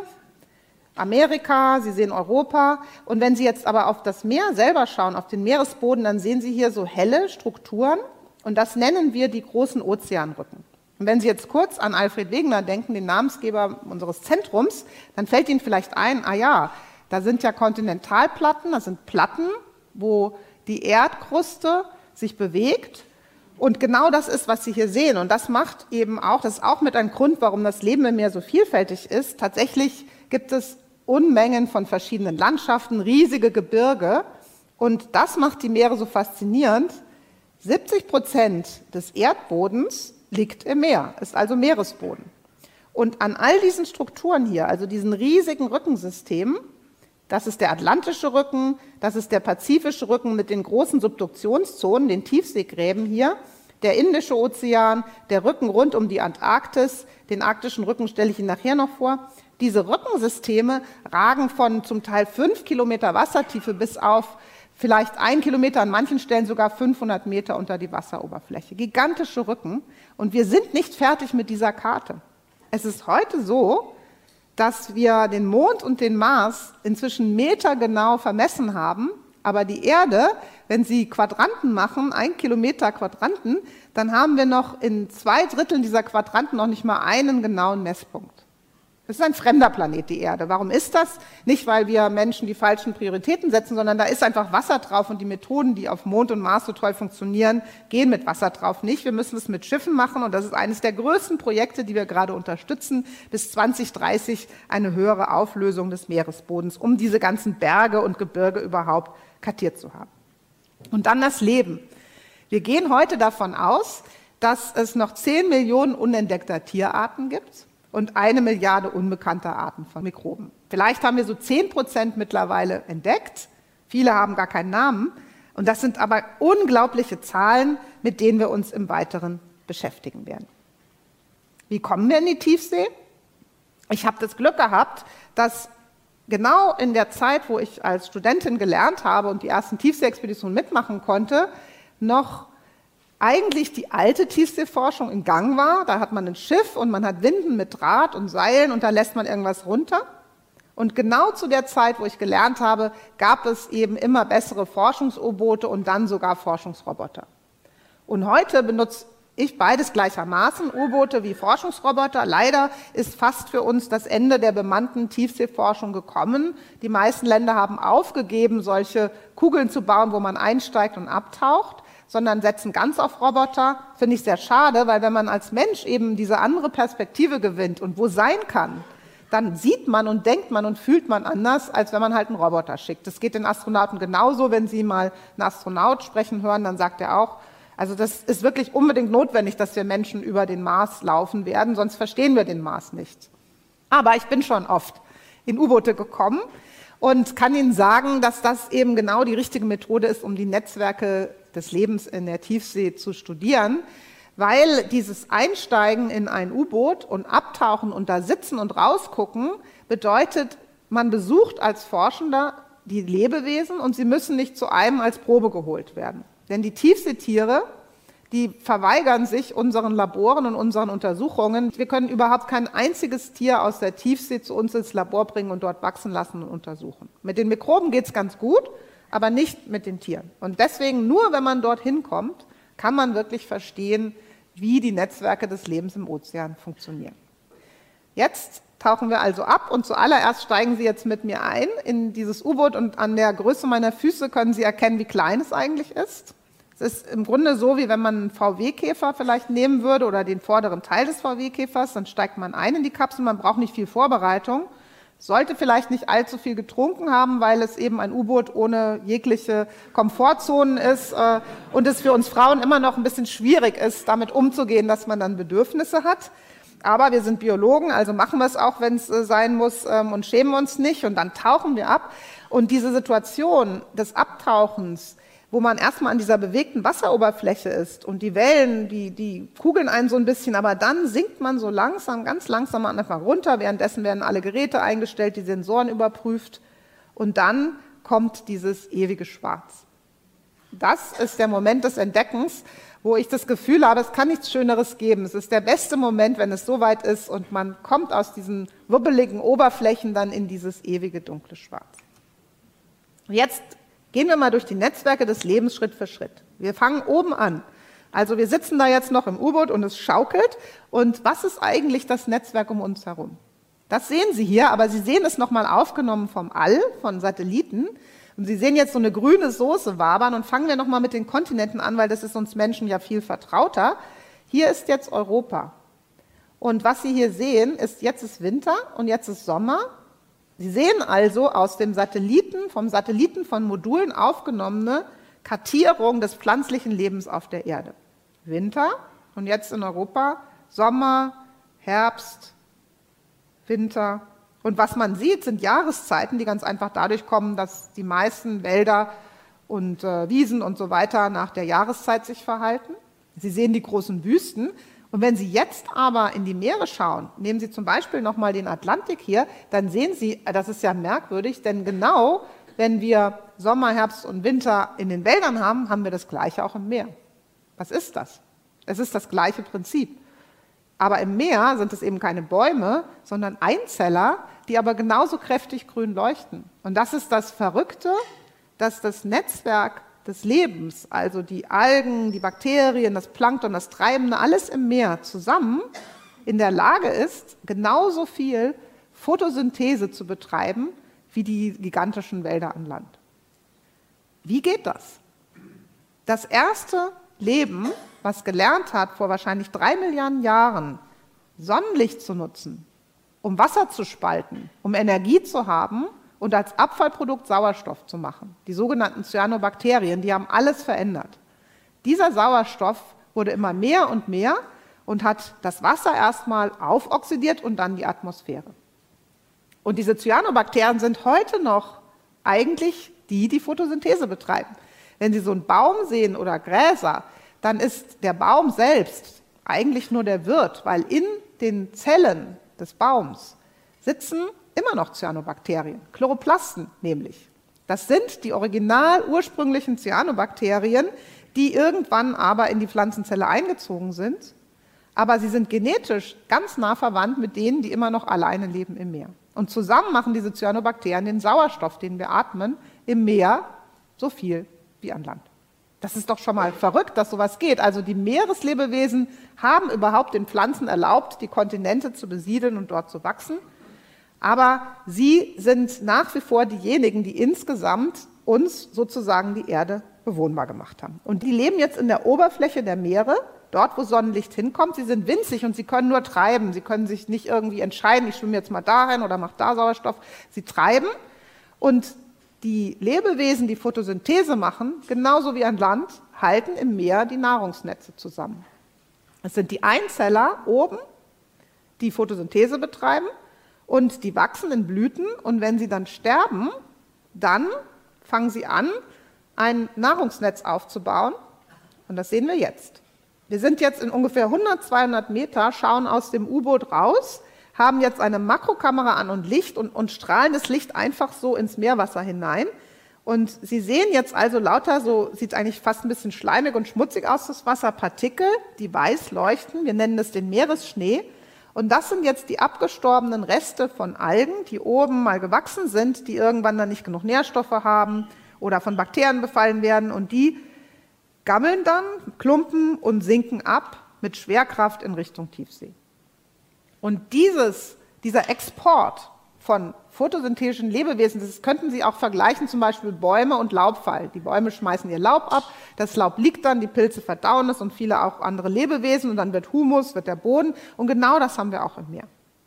Amerika, Sie sehen Europa. Und wenn Sie jetzt aber auf das Meer selber schauen, auf den Meeresboden, dann sehen Sie hier so helle Strukturen. Und das nennen wir die großen Ozeanrücken. Und wenn Sie jetzt kurz an Alfred Wegener denken, den Namensgeber unseres Zentrums, dann fällt Ihnen vielleicht ein, ah ja, da sind ja Kontinentalplatten, das sind Platten, wo die Erdkruste sich bewegt. Und genau das ist, was Sie hier sehen. Und das macht eben auch, das ist auch mit ein Grund, warum das Leben im Meer so vielfältig ist. Tatsächlich gibt es Unmengen von verschiedenen Landschaften, riesige Gebirge. Und das macht die Meere so faszinierend. siebzig Prozent des Erdbodens liegt im Meer, ist also Meeresboden. Und an all diesen Strukturen hier, also diesen riesigen Rückensystemen, das ist der Atlantische Rücken, das ist der Pazifische Rücken mit den großen Subduktionszonen, den Tiefseegräben hier, der Indische Ozean, der Rücken rund um die Antarktis, den arktischen Rücken stelle ich Ihnen nachher noch vor. Diese Rückensysteme ragen von zum Teil fünf Kilometer Wassertiefe bis auf vielleicht ein Kilometer, an manchen Stellen sogar fünfhundert Meter unter die Wasseroberfläche. Gigantische Rücken. Und wir sind nicht fertig mit dieser Karte. Es ist heute so, dass wir den Mond und den Mars inzwischen metergenau vermessen haben, aber die Erde, wenn Sie Quadranten machen, ein Kilometer Quadranten, dann haben wir noch in zwei Dritteln dieser Quadranten noch nicht mal einen genauen Messpunkt. Es ist ein fremder Planet, die Erde. Warum ist das? Nicht, weil wir Menschen die falschen Prioritäten setzen, sondern da ist einfach Wasser drauf und die Methoden, die auf Mond und Mars so toll funktionieren, gehen mit Wasser drauf nicht. Wir müssen es mit Schiffen machen und das ist eines der größten Projekte, die wir gerade unterstützen, bis zwanzig dreißig eine höhere Auflösung des Meeresbodens, um diese ganzen Berge und Gebirge überhaupt kartiert zu haben. Und dann das Leben. Wir gehen heute davon aus, dass es noch zehn Millionen unentdeckter Tierarten gibt und eine Milliarde unbekannter Arten von Mikroben. Vielleicht haben wir so zehn Prozent mittlerweile entdeckt. Viele haben gar keinen Namen. Und das sind aber unglaubliche Zahlen, mit denen wir uns im Weiteren beschäftigen werden. Wie kommen wir in die Tiefsee? Ich habe das Glück gehabt, dass genau in der Zeit, wo ich als Studentin gelernt habe und die ersten Tiefsee-Expeditionen mitmachen konnte, noch eigentlich die alte Tiefseeforschung in Gang war. Da hat man ein Schiff und man hat Winden mit Draht und Seilen und da lässt man irgendwas runter. Und genau zu der Zeit, wo ich gelernt habe, gab es eben immer bessere Forschungs-U-Boote und dann sogar Forschungsroboter. Und heute benutze ich beides gleichermaßen, U-Boote wie Forschungsroboter. Leider ist fast für uns das Ende der bemannten Tiefseeforschung gekommen. Die meisten Länder haben aufgegeben, solche Kugeln zu bauen, wo man einsteigt und abtaucht, sondern setzen ganz auf Roboter. Finde ich sehr schade, weil wenn man als Mensch eben diese andere Perspektive gewinnt und wo sein kann, dann sieht man und denkt man und fühlt man anders, als wenn man halt einen Roboter schickt. Das geht den Astronauten genauso. Wenn Sie mal einen Astronaut sprechen hören, dann sagt er auch, also das ist wirklich unbedingt notwendig, dass wir Menschen über den Mars laufen werden, sonst verstehen wir den Mars nicht. Aber ich bin schon oft in U-Boote gekommen und kann Ihnen sagen, dass das eben genau die richtige Methode ist, um die Netzwerke des Lebens in der Tiefsee zu studieren, weil dieses Einsteigen in ein U-Boot und Abtauchen und da sitzen und rausgucken bedeutet, man besucht als Forschender die Lebewesen und sie müssen nicht zu einem als Probe geholt werden. Denn die Tiefseetiere, die verweigern sich unseren Laboren und unseren Untersuchungen. Wir können überhaupt kein einziges Tier aus der Tiefsee zu uns ins Labor bringen und dort wachsen lassen und untersuchen. Mit den Mikroben geht es ganz gut, aber nicht mit den Tieren. Und deswegen, nur wenn man dorthin kommt, kann man wirklich verstehen, wie die Netzwerke des Lebens im Ozean funktionieren. Jetzt tauchen wir also ab und zuallererst steigen Sie jetzt mit mir ein in dieses U-Boot und an der Größe meiner Füße können Sie erkennen, wie klein es eigentlich ist. Es ist im Grunde so, wie wenn man einen V W-Käfer vielleicht nehmen würde oder den vorderen Teil des V W-Käfers, dann steigt man ein in die Kapsel, man braucht nicht viel Vorbereitung, sollte vielleicht nicht allzu viel getrunken haben, weil es eben ein U-Boot ohne jegliche Komfortzonen ist äh, und es für uns Frauen immer noch ein bisschen schwierig ist, damit umzugehen, dass man dann Bedürfnisse hat. Aber wir sind Biologen, also machen wir es auch, wenn es äh, sein muss ähm, und schämen uns nicht und dann tauchen wir ab. Und diese Situation des Abtauchens, wo man erstmal an dieser bewegten Wasseroberfläche ist und die Wellen, die, die kugeln einen so ein bisschen, aber dann sinkt man so langsam, ganz langsam einfach runter, währenddessen werden alle Geräte eingestellt, die Sensoren überprüft und dann kommt dieses ewige Schwarz. Das ist der Moment des Entdeckens, wo ich das Gefühl habe, es kann nichts Schöneres geben. Es ist der beste Moment, wenn es soweit ist und man kommt aus diesen wirbeligen Oberflächen dann in dieses ewige dunkle Schwarz. Jetzt gehen wir mal durch die Netzwerke des Lebens Schritt für Schritt. Wir fangen oben an. Also wir sitzen da jetzt noch im U-Boot und es schaukelt. Und was ist eigentlich das Netzwerk um uns herum? Das sehen Sie hier, aber Sie sehen es nochmal aufgenommen vom All, von Satelliten. Und Sie sehen jetzt so eine grüne Soße wabern und fangen wir nochmal mit den Kontinenten an, weil das ist uns Menschen ja viel vertrauter. Hier ist jetzt Europa. Und was Sie hier sehen, ist, jetzt ist Winter und jetzt ist Sommer. Sie sehen also aus dem Satelliten, vom Satelliten von Modulen aufgenommene Kartierung des pflanzlichen Lebens auf der Erde. Winter und jetzt in Europa Sommer, Herbst, Winter. Und was man sieht, sind Jahreszeiten, die ganz einfach dadurch kommen, dass die meisten Wälder und äh, Wiesen und so weiter nach der Jahreszeit sich verhalten. Sie sehen die großen Wüsten. Und wenn Sie jetzt aber in die Meere schauen, nehmen Sie zum Beispiel nochmal den Atlantik hier, dann sehen Sie, das ist ja merkwürdig, denn genau wenn wir Sommer, Herbst und Winter in den Wäldern haben, haben wir das Gleiche auch im Meer. Was ist das? Es ist das gleiche Prinzip. Aber im Meer sind es eben keine Bäume, sondern Einzeller, die aber genauso kräftig grün leuchten. Und das ist das Verrückte, dass das Netzwerk des Lebens, also die Algen, die Bakterien, das Plankton, das Treibende, alles im Meer zusammen in der Lage ist, genauso viel Photosynthese zu betreiben wie die gigantischen Wälder an Land. Wie geht das? Das erste Leben, was gelernt hat, vor wahrscheinlich drei Milliarden Jahren Sonnenlicht zu nutzen, um Wasser zu spalten, um Energie zu haben, und als Abfallprodukt Sauerstoff zu machen. Die sogenannten Cyanobakterien, die haben alles verändert. Dieser Sauerstoff wurde immer mehr und mehr und hat das Wasser erstmal aufoxidiert und dann die Atmosphäre. Und diese Cyanobakterien sind heute noch eigentlich die, die Photosynthese betreiben. Wenn Sie so einen Baum sehen oder Gräser, dann ist der Baum selbst eigentlich nur der Wirt, weil in den Zellen des Baums sitzen immer noch Cyanobakterien, Chloroplasten nämlich. Das sind die original ursprünglichen Cyanobakterien, die irgendwann aber in die Pflanzenzelle eingezogen sind, aber sie sind genetisch ganz nah verwandt mit denen, die immer noch alleine leben im Meer. Und zusammen machen diese Cyanobakterien den Sauerstoff, den wir atmen, im Meer so viel wie an Land. Das ist doch schon mal verrückt, dass sowas geht. Also die Meereslebewesen haben überhaupt den Pflanzen erlaubt, die Kontinente zu besiedeln und dort zu wachsen. Aber sie sind nach wie vor diejenigen, die insgesamt uns sozusagen die Erde bewohnbar gemacht haben. Und die leben jetzt in der Oberfläche der Meere, dort, wo Sonnenlicht hinkommt. Sie sind winzig und sie können nur treiben. Sie können sich nicht irgendwie entscheiden, ich schwimme jetzt mal dahin oder mache da Sauerstoff. Sie treiben und die Lebewesen, die Photosynthese machen, genauso wie an Land, halten im Meer die Nahrungsnetze zusammen. Es sind die Einzeller oben, die Photosynthese betreiben, und die wachsen in Blüten und wenn sie dann sterben, dann fangen sie an, ein Nahrungsnetz aufzubauen und das sehen wir jetzt. Wir sind jetzt in ungefähr hundert, zweihundert Meter, schauen aus dem U-Boot raus, haben jetzt eine Makrokamera an und Licht und, und strahlen das Licht einfach so ins Meerwasser hinein Und Sie sehen jetzt also lauter, so sieht es eigentlich fast ein bisschen schleimig und schmutzig aus, das Wasser, Partikel, die weiß leuchten. Wir nennen das den Meeresschnee. Und das sind jetzt die abgestorbenen Reste von Algen, die oben mal gewachsen sind, die irgendwann dann nicht genug Nährstoffe haben oder von Bakterien befallen werden. Und die gammeln dann, klumpen und sinken ab mit Schwerkraft in Richtung Tiefsee. Und dieses, dieser Export von photosynthetischen Lebewesen, das könnten Sie auch vergleichen, zum Beispiel Bäume und Laubfall. Die Bäume schmeißen ihr Laub ab, das Laub liegt dann, die Pilze verdauen es und viele auch andere Lebewesen und dann wird Humus, wird der Boden und genau das haben wir auch im Meer.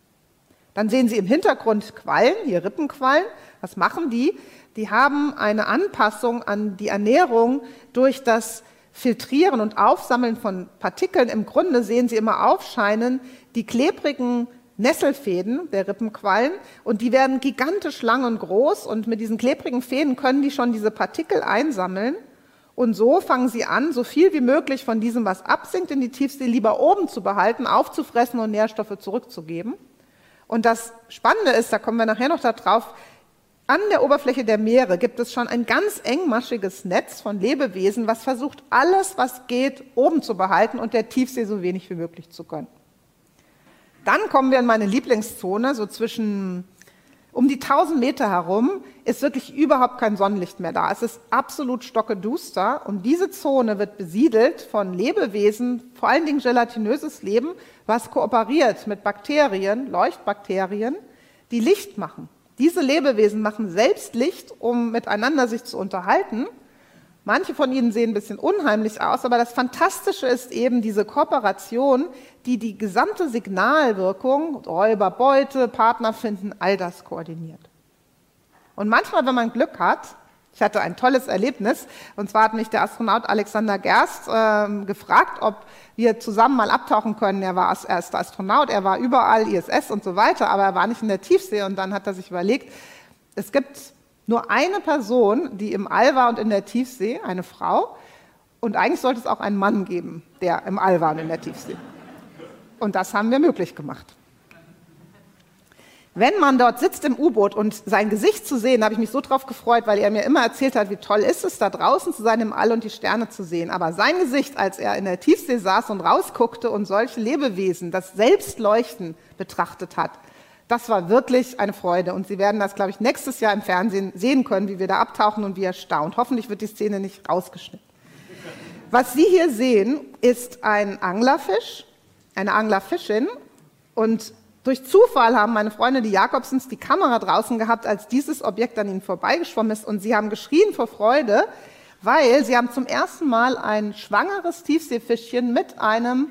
Dann sehen Sie im Hintergrund Quallen, hier Rippenquallen. Was machen die? Die haben eine Anpassung an die Ernährung durch das Filtrieren und Aufsammeln von Partikeln. Im Grunde sehen Sie immer aufscheinen die klebrigen Nesselfäden der Rippenquallen und die werden gigantisch lang und groß und mit diesen klebrigen Fäden können die schon diese Partikel einsammeln und so fangen sie an, so viel wie möglich von diesem, was absinkt in die Tiefsee, lieber oben zu behalten, aufzufressen und Nährstoffe zurückzugeben. Und das Spannende ist, da kommen wir nachher noch darauf, an der Oberfläche der Meere gibt es schon ein ganz engmaschiges Netz von Lebewesen, was versucht, alles, was geht, oben zu behalten und der Tiefsee so wenig wie möglich zu gönnen. Dann kommen wir in meine Lieblingszone, so zwischen um die tausend Meter herum ist wirklich überhaupt kein Sonnenlicht mehr da. Es ist absolut stockeduster und diese Zone wird besiedelt von Lebewesen, vor allen Dingen gelatinöses Leben, was kooperiert mit Bakterien, Leuchtbakterien, die Licht machen. Diese Lebewesen machen selbst Licht, um miteinander sich zu unterhalten. Manche von ihnen sehen ein bisschen unheimlich aus, aber das Fantastische ist eben diese Kooperation, die die gesamte Signalwirkung, Räuber, Beute, Partner finden, all das koordiniert. Und manchmal, wenn man Glück hat, ich hatte ein tolles Erlebnis, und zwar hat mich der Astronaut Alexander Gerst äh, gefragt, ob wir zusammen mal abtauchen können. Er war erst Astronaut, er war überall, I S S und so weiter, aber er war nicht in der Tiefsee und dann hat er sich überlegt, es gibt nur eine Person, die im All war und in der Tiefsee, eine Frau. Und eigentlich sollte es auch einen Mann geben, der im All war und in der Tiefsee. Und das haben wir möglich gemacht. Wenn man dort sitzt im U-Boot und sein Gesicht zu sehen, habe ich mich so drauf gefreut, weil er mir immer erzählt hat, wie toll ist es, da draußen zu sein im All und die Sterne zu sehen. Aber sein Gesicht, als er in der Tiefsee saß und rausguckte und solche Lebewesen, das Selbstleuchten betrachtet hat, das war wirklich eine Freude und Sie werden das, glaube ich, nächstes Jahr im Fernsehen sehen können, wie wir da abtauchen und wie er staunt. Hoffentlich wird die Szene nicht rausgeschnitten. Was Sie hier sehen, ist ein Anglerfisch, eine Anglerfischin und durch Zufall haben meine Freunde, die Jakobsens, die Kamera draußen gehabt, als dieses Objekt an ihnen vorbeigeschwommen ist und sie haben geschrien vor Freude, weil sie haben zum ersten Mal ein schwangeres Tiefseefischchen mit einem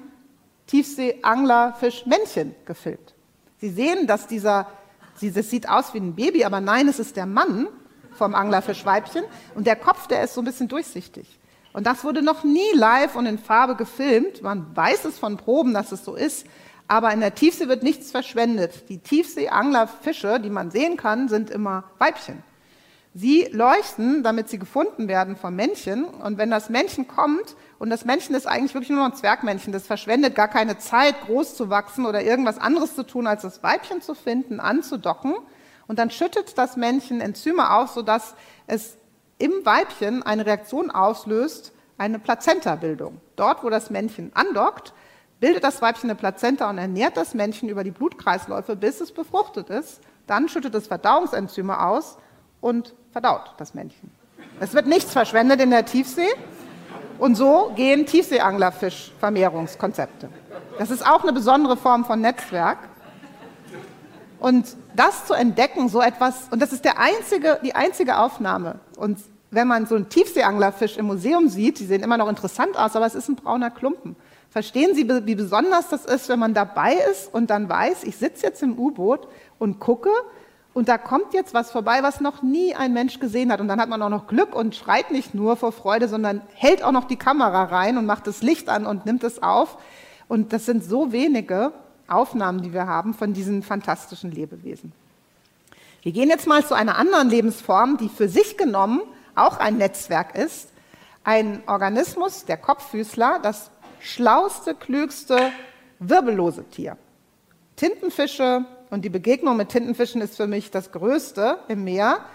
Tiefseeanglerfischmännchen gefilmt. Sie sehen, dass dieser, das sieht aus wie ein Baby, aber nein, es ist der Mann vom Anglerfischweibchen und der Kopf, der ist so ein bisschen durchsichtig. Und das wurde noch nie live und in Farbe gefilmt. Man weiß es von Proben, dass es so ist, aber in der Tiefsee wird nichts verschwendet. Die Tiefseeanglerfische, die man sehen kann, sind immer Weibchen. Sie leuchten, damit sie gefunden werden vom Männchen. Und wenn das Männchen kommt, und das Männchen ist eigentlich wirklich nur noch ein Zwergmännchen, das verschwendet gar keine Zeit, groß zu wachsen oder irgendwas anderes zu tun, als das Weibchen zu finden, anzudocken. Und dann schüttet das Männchen Enzyme aus, sodass es im Weibchen eine Reaktion auslöst, eine Plazenta-Bildung. Dort, wo das Männchen andockt, bildet das Weibchen eine Plazenta und ernährt das Männchen über die Blutkreisläufe, bis es befruchtet ist. Dann schüttet es Verdauungsenzyme aus und verdaut das Männchen. Es wird nichts verschwendet in der Tiefsee und so gehen Tiefseeanglerfischvermehrungskonzepte. Das ist auch eine besondere Form von Netzwerk. Und das zu entdecken, so etwas, und das ist der einzige, die einzige Aufnahme. Und wenn man so einen Tiefseeanglerfisch im Museum sieht, die sehen immer noch interessant aus, aber es ist ein brauner Klumpen. Verstehen Sie, wie besonders das ist, wenn man dabei ist und dann weiß, ich sitze jetzt im U-Boot und gucke und da kommt jetzt was vorbei, was noch nie ein Mensch gesehen hat. Und dann hat man auch noch Glück und schreit nicht nur vor Freude, sondern hält auch noch die Kamera rein und macht das Licht an und nimmt es auf. Und das sind so wenige Aufnahmen, die wir haben von diesen fantastischen Lebewesen. Wir gehen jetzt mal zu einer anderen Lebensform, die für sich genommen auch ein Netzwerk ist. Ein Organismus, der Kopffüßler, das schlauste, klügste, wirbellose Tier. Tintenfische und die Begegnung mit Tintenfischen ist für mich das Größte im Meer,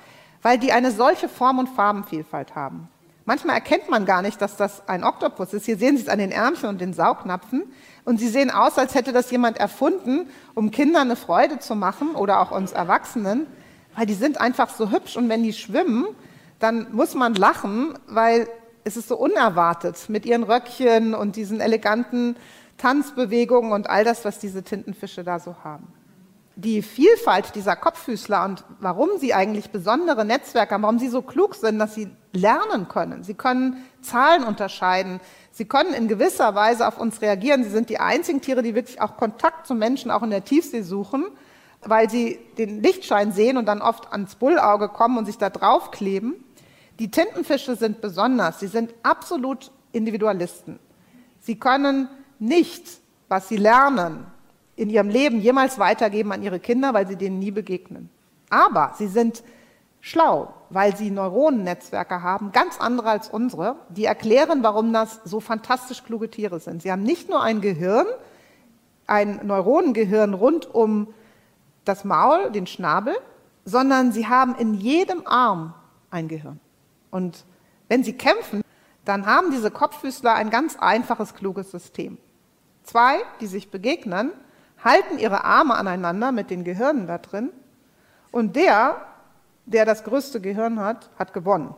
weil die eine solche Form- und Farbenvielfalt haben. Manchmal erkennt man gar nicht, dass das ein Oktopus ist. Hier sehen Sie es an den Ärmchen und den Saugnapfen. Und sie sehen aus, als hätte das jemand erfunden, um Kindern eine Freude zu machen oder auch uns Erwachsenen, weil die sind einfach so hübsch. Und wenn die schwimmen, dann muss man lachen, weil es ist so unerwartet mit ihren Röckchen und diesen eleganten Tanzbewegungen und all das, was diese Tintenfische da so haben. Die Vielfalt dieser Kopffüßler und warum sie eigentlich besondere Netzwerke haben, warum sie so klug sind, dass sie lernen können. Sie können Zahlen unterscheiden. Sie können in gewisser Weise auf uns reagieren. Sie sind die einzigen Tiere, die wirklich auch Kontakt zu Menschen auch in der Tiefsee suchen, weil sie den Lichtschein sehen und dann oft ans Bullauge kommen und sich da draufkleben. Die Tintenfische sind besonders. Sie sind absolut Individualisten. Sie können nicht, was sie lernen, in ihrem Leben jemals weitergeben an ihre Kinder, weil sie denen nie begegnen. Aber sie sind schlau, weil sie Neuronennetzwerke haben, ganz andere als unsere, die erklären, warum das so fantastisch kluge Tiere sind. Sie haben nicht nur ein Gehirn, ein Neuronengehirn rund um das Maul, den Schnabel, sondern sie haben in jedem Arm ein Gehirn. Und wenn sie kämpfen, dann haben diese Kopffüßler ein ganz einfaches, kluges System. Zwei, die sich begegnen, halten ihre Arme aneinander mit den Gehirnen da drin und der, der das größte Gehirn hat, hat gewonnen.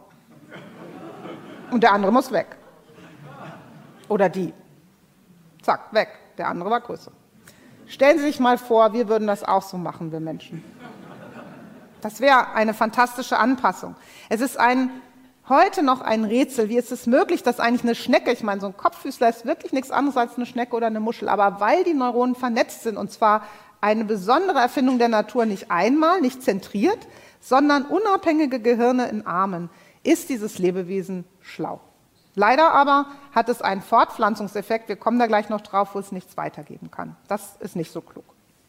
Und der andere muss weg. Oder die. Zack, weg. Der andere war größer. Stellen Sie sich mal vor, wir würden das auch so machen, wir Menschen. Das wäre eine fantastische Anpassung. Es ist ein, heute noch ein Rätsel, wie ist es möglich, dass eigentlich eine Schnecke, ich meine, so ein Kopffüßler ist wirklich nichts anderes als eine Schnecke oder eine Muschel, aber weil die Neuronen vernetzt sind, und zwar eine besondere Erfindung der Natur, nicht einmal, nicht zentriert, sondern unabhängige Gehirne in Armen, ist dieses Lebewesen schlau. Leider aber hat es einen Fortpflanzungseffekt, wir kommen da gleich noch drauf, wo es nichts weitergeben kann. Das ist nicht so klug.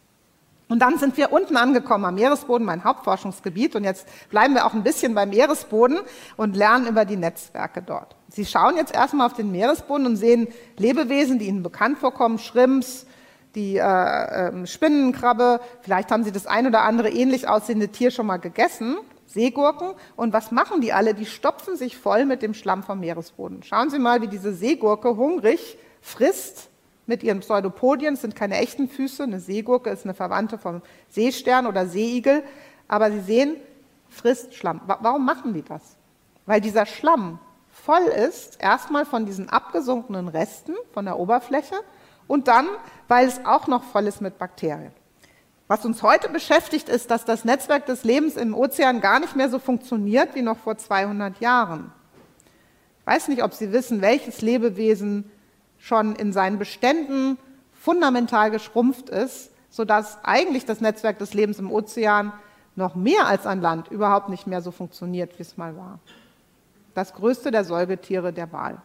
Und dann sind wir unten angekommen am Meeresboden, mein Hauptforschungsgebiet. Und jetzt bleiben wir auch ein bisschen beim Meeresboden und lernen über die Netzwerke dort. Sie schauen jetzt erstmal auf den Meeresboden und sehen Lebewesen, die Ihnen bekannt vorkommen, Shrimps, die äh, äh, Spinnenkrabbe. Vielleicht haben Sie das ein oder andere ähnlich aussehende Tier schon mal gegessen. Seegurken. Und was machen die alle? Die stopfen sich voll mit dem Schlamm vom Meeresboden. Schauen Sie mal, wie diese Seegurke hungrig frisst mit ihren Pseudopodien. Es sind keine echten Füße. Eine Seegurke ist eine Verwandte vom Seestern oder Seeigel. Aber Sie sehen, frisst Schlamm. Warum machen die das? Weil dieser Schlamm voll ist, erstmal von diesen abgesunkenen Resten von der Oberfläche und dann, weil es auch noch voll ist mit Bakterien. Was uns heute beschäftigt, ist, dass das Netzwerk des Lebens im Ozean gar nicht mehr so funktioniert wie noch vor zweihundert Jahren. Ich weiß nicht, ob Sie wissen, welches Lebewesen schon in seinen Beständen fundamental geschrumpft ist, sodass eigentlich das Netzwerk des Lebens im Ozean noch mehr als an Land überhaupt nicht mehr so funktioniert, wie es mal war. Das größte der Säugetiere, der Wal.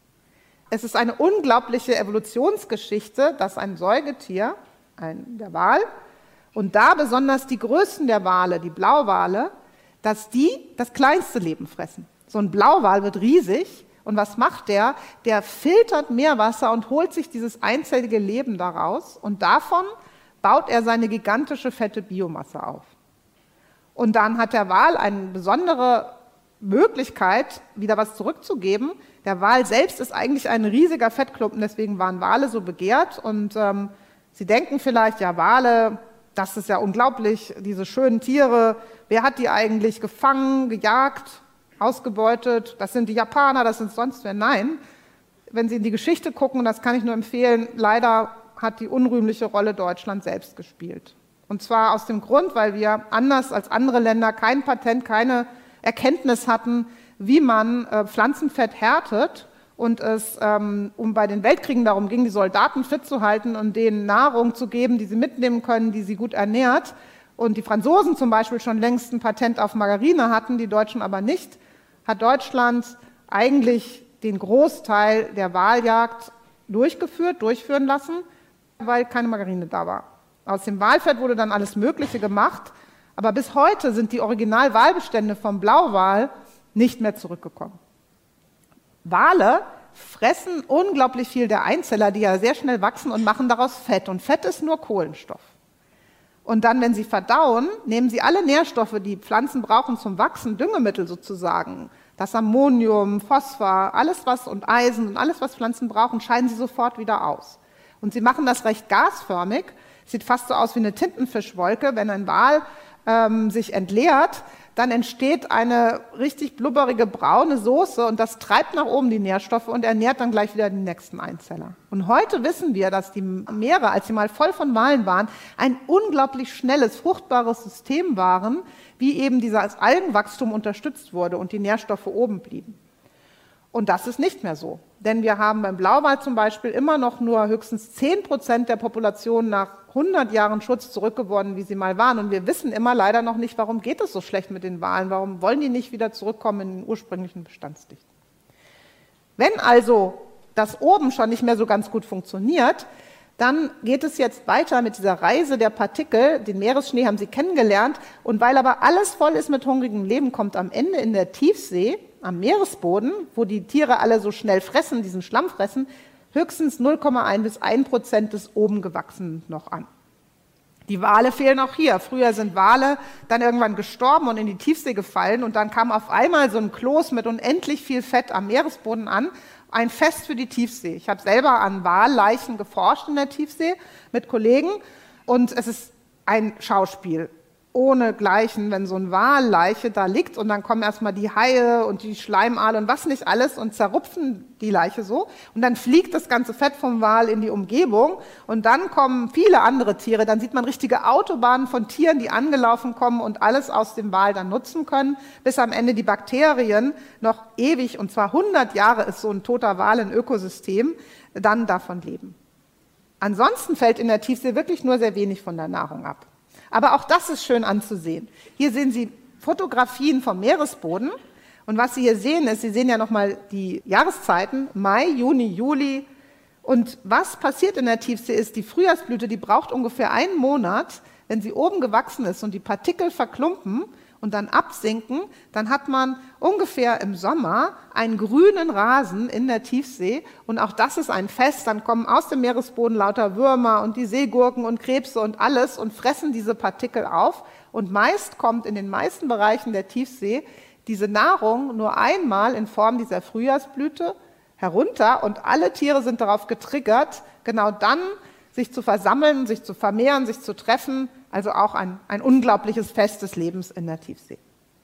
Es ist eine unglaubliche Evolutionsgeschichte, dass ein Säugetier, ein, der Wal, und da besonders die größten der Wale, die Blauwale, dass die das kleinste Leben fressen. So ein Blauwal wird riesig und was macht der? Der filtert Meerwasser und holt sich dieses einzellige Leben daraus und davon baut er seine gigantische fette Biomasse auf. Und dann hat der Wal eine besondere Möglichkeit, wieder was zurückzugeben. Der Wal selbst ist eigentlich ein riesiger Fettklumpen, deswegen waren Wale so begehrt und ähm, Sie denken vielleicht, ja Wale, das ist ja unglaublich, diese schönen Tiere, wer hat die eigentlich gefangen, gejagt, ausgebeutet? Das sind die Japaner, das sind sonst wer. Nein, wenn Sie in die Geschichte gucken, das kann ich nur empfehlen, leider hat die unrühmliche Rolle Deutschland selbst gespielt. Und zwar aus dem Grund, weil wir anders als andere Länder kein Patent, keine Erkenntnis hatten, wie man äh, Pflanzenfett härtet und es ähm, um bei den Weltkriegen darum ging, die Soldaten fit zu halten und denen Nahrung zu geben, die sie mitnehmen können, die sie gut ernährt. Und die Franzosen zum Beispiel schon längst ein Patent auf Margarine hatten, die Deutschen aber nicht, hat Deutschland eigentlich den Großteil der Waljagd durchgeführt, durchführen lassen, weil keine Margarine da war. Aus dem Walfett wurde dann alles Mögliche gemacht, aber bis heute sind die Originalwalbestände vom Blauwal nicht mehr zurückgekommen. Wale fressen unglaublich viel der Einzeller, die ja sehr schnell wachsen und machen daraus Fett. Und Fett ist nur Kohlenstoff. Und dann, wenn sie verdauen, nehmen sie alle Nährstoffe, die Pflanzen brauchen zum Wachsen, Düngemittel sozusagen, das Ammonium, Phosphor, alles was und Eisen und alles, was Pflanzen brauchen, scheiden sie sofort wieder aus. Und sie machen das recht gasförmig, sieht fast so aus wie eine Tintenfischwolke. Wenn ein Wal ähm, sich entleert, dann entsteht eine richtig blubberige braune Soße und das treibt nach oben die Nährstoffe und ernährt dann gleich wieder die nächsten Einzeller. Und heute wissen wir, dass die Meere, als sie mal voll von Walen waren, ein unglaublich schnelles, fruchtbares System waren, wie eben dieses Algenwachstum unterstützt wurde und die Nährstoffe oben blieben. Und das ist nicht mehr so. Denn wir haben beim Blauwal zum Beispiel immer noch nur höchstens zehn Prozent der Population nach hundert Jahren Schutz zurückgewonnen, wie sie mal waren. Und wir wissen immer leider noch nicht, warum geht es so schlecht mit den Walen, warum wollen die nicht wieder zurückkommen in den ursprünglichen Bestandsdichten. Wenn also das oben schon nicht mehr so ganz gut funktioniert, dann geht es jetzt weiter mit dieser Reise der Partikel. Den Meeresschnee haben Sie kennengelernt. Und weil aber alles voll ist mit hungrigem Leben, kommt am Ende in der Tiefsee, am Meeresboden, wo die Tiere alle so schnell fressen, diesen Schlamm fressen, höchstens null Komma eins bis ein Prozent des oben Gewachsenen noch an. Die Wale fehlen auch hier. Früher sind Wale dann irgendwann gestorben und in die Tiefsee gefallen und dann kam auf einmal so ein Kloß mit unendlich viel Fett am Meeresboden an. Ein Fest für die Tiefsee. Ich habe selber an Walleichen geforscht in der Tiefsee mit Kollegen und es ist ein Schauspiel ohne Gleichen, wenn so eine Walleiche da liegt und dann kommen erstmal die Haie und die Schleimaale und was nicht alles und zerrupfen die Leiche so und dann fliegt das ganze Fett vom Wal in die Umgebung und dann kommen viele andere Tiere, dann sieht man richtige Autobahnen von Tieren, die angelaufen kommen und alles aus dem Wal dann nutzen können, bis am Ende die Bakterien noch ewig, und zwar hundert Jahre ist so ein toter Wal ein Ökosystem, dann davon leben. Ansonsten fällt in der Tiefsee wirklich nur sehr wenig von der Nahrung ab. Aber auch das ist schön anzusehen. Hier sehen Sie Fotografien vom Meeresboden. Und was Sie hier sehen, ist, Sie sehen ja nochmal die Jahreszeiten, Mai, Juni, Juli. Und was passiert in der Tiefsee ist, die Frühjahrsblüte, die braucht ungefähr einen Monat. Wenn sie oben gewachsen ist und die Partikel verklumpen und dann absinken, dann hat man ungefähr im Sommer einen grünen Rasen in der Tiefsee und auch das ist ein Fest, dann kommen aus dem Meeresboden lauter Würmer und die Seegurken und Krebse und alles und fressen diese Partikel auf und meist kommt in den meisten Bereichen der Tiefsee diese Nahrung nur einmal in Form dieser Frühjahrsblüte herunter und alle Tiere sind darauf getriggert, genau dann sich zu versammeln, sich zu vermehren, sich zu treffen. Also auch ein, ein unglaubliches Fest des Lebens in der Tiefsee.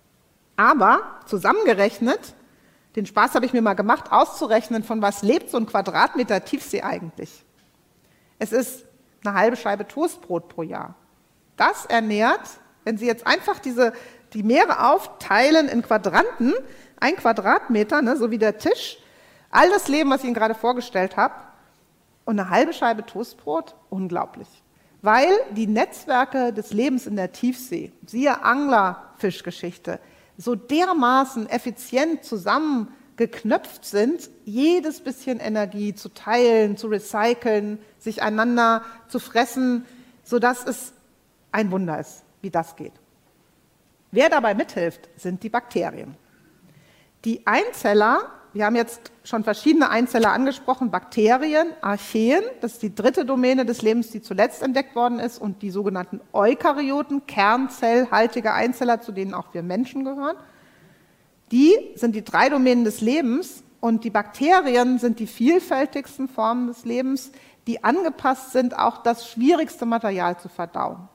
Aber zusammengerechnet, den Spaß habe ich mir mal gemacht, auszurechnen, von was lebt so ein Quadratmeter Tiefsee eigentlich. Es ist eine halbe Scheibe Toastbrot pro Jahr. Das ernährt, wenn Sie jetzt einfach diese, die Meere aufteilen in Quadranten, ein Quadratmeter, ne, so wie der Tisch, all das Leben, was ich Ihnen gerade vorgestellt habe, und eine halbe Scheibe Toastbrot, unglaublich. Weil die Netzwerke des Lebens in der Tiefsee, siehe Anglerfischgeschichte, so dermaßen effizient zusammengeknöpft sind, jedes bisschen Energie zu teilen, zu recyceln, sich einander zu fressen, sodass es ein Wunder ist, wie das geht. Wer dabei mithilft, sind die Bakterien. Die Einzeller, wir haben jetzt schon verschiedene Einzeller angesprochen, Bakterien, Archeen, das ist die dritte Domäne des Lebens, die zuletzt entdeckt worden ist, und die sogenannten Eukaryoten, kernzellhaltige Einzeller, zu denen auch wir Menschen gehören. Die sind die drei Domänen des Lebens und die Bakterien sind die vielfältigsten Formen des Lebens, die angepasst sind, auch das schwierigste Material zu verdauen.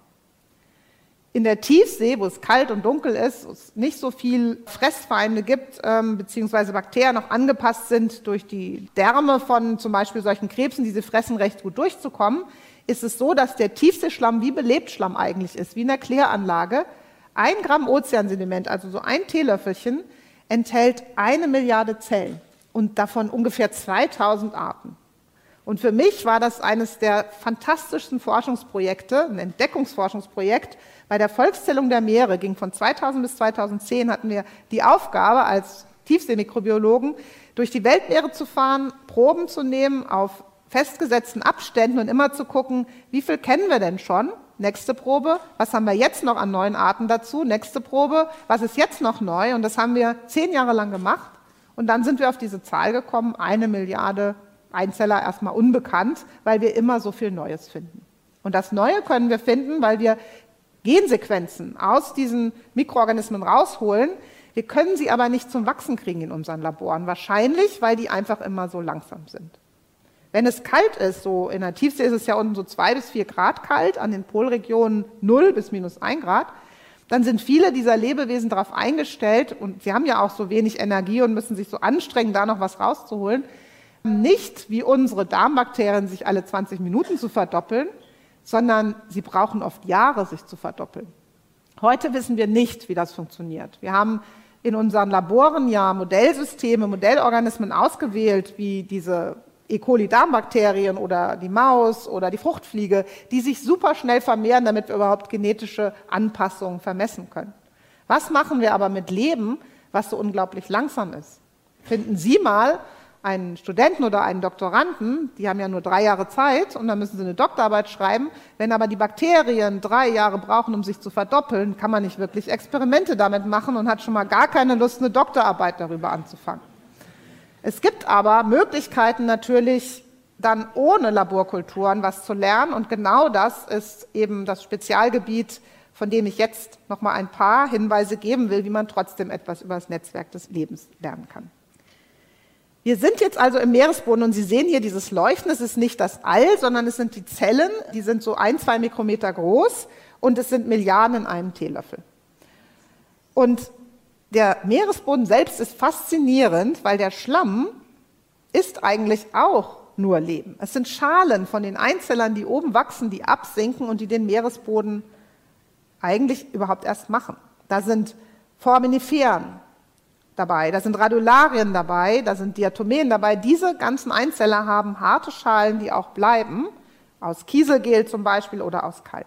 In der Tiefsee, wo es kalt und dunkel ist, wo es nicht so viel Fressfeinde gibt, ähm, beziehungsweise Bakterien noch angepasst sind, durch die Därme von zum Beispiel solchen Krebsen, die sie fressen, recht gut durchzukommen, ist es so, dass der Tiefseeschlamm wie Belebtschlamm eigentlich ist, wie in der Kläranlage. Ein Gramm Ozeansediment, also so ein Teelöffelchen, enthält eine Milliarde Zellen und davon ungefähr zweitausend Arten. Und für mich war das eines der fantastischsten Forschungsprojekte, ein Entdeckungsforschungsprojekt. Bei der Volkszählung der Meere ging von zweitausend bis zweitausendzehn, hatten wir die Aufgabe als Tiefseemikrobiologen, durch die Weltmeere zu fahren, Proben zu nehmen auf festgesetzten Abständen und immer zu gucken, wie viel kennen wir denn schon? Nächste Probe, was haben wir jetzt noch an neuen Arten dazu? Nächste Probe, was ist jetzt noch neu? Und das haben wir zehn Jahre lang gemacht. Und dann sind wir auf diese Zahl gekommen, eine Milliarde Einzeller, erstmal unbekannt, weil wir immer so viel Neues finden. Und das Neue können wir finden, weil wir Gensequenzen aus diesen Mikroorganismen rausholen. Wir können sie aber nicht zum Wachsen kriegen in unseren Laboren. Wahrscheinlich, weil die einfach immer so langsam sind. Wenn es kalt ist, so in der Tiefsee ist es ja unten so zwei bis vier Grad kalt, an den Polregionen null bis minus ein Grad, dann sind viele dieser Lebewesen darauf eingestellt, und sie haben ja auch so wenig Energie und müssen sich so anstrengen, da noch was rauszuholen, nicht wie unsere Darmbakterien sich alle zwanzig Minuten zu verdoppeln, sondern sie brauchen oft Jahre, sich zu verdoppeln. Heute wissen wir nicht, wie das funktioniert. Wir haben in unseren Laboren ja Modellsysteme, Modellorganismen ausgewählt, wie diese E. coli-Darmbakterien oder die Maus oder die Fruchtfliege, die sich super schnell vermehren, damit wir überhaupt genetische Anpassungen vermessen können. Was machen wir aber mit Leben, was so unglaublich langsam ist? Finden Sie mal einen Studenten oder einen Doktoranden, die haben ja nur drei Jahre Zeit und dann müssen sie eine Doktorarbeit schreiben. Wenn aber die Bakterien drei Jahre brauchen, um sich zu verdoppeln, kann man nicht wirklich Experimente damit machen und hat schon mal gar keine Lust, eine Doktorarbeit darüber anzufangen. Es gibt aber Möglichkeiten natürlich, dann ohne Laborkulturen was zu lernen, und genau das ist eben das Spezialgebiet, von dem ich jetzt noch mal ein paar Hinweise geben will, wie man trotzdem etwas über das Netzwerk des Lebens lernen kann. Wir sind jetzt also im Meeresboden und Sie sehen hier dieses Leuchten. Es ist nicht das All, sondern es sind die Zellen, die sind so ein, zwei Mikrometer groß und es sind Milliarden in einem Teelöffel. Und der Meeresboden selbst ist faszinierend, weil der Schlamm ist eigentlich auch nur Leben. Es sind Schalen von den Einzellern, die oben wachsen, die absinken und die den Meeresboden eigentlich überhaupt erst machen. Da sind Foraminiferen dabei, da sind Radiolarien dabei, da sind Diatomeen dabei. Diese ganzen Einzeller haben harte Schalen, die auch bleiben, aus Kieselgel zum Beispiel oder aus Kalk.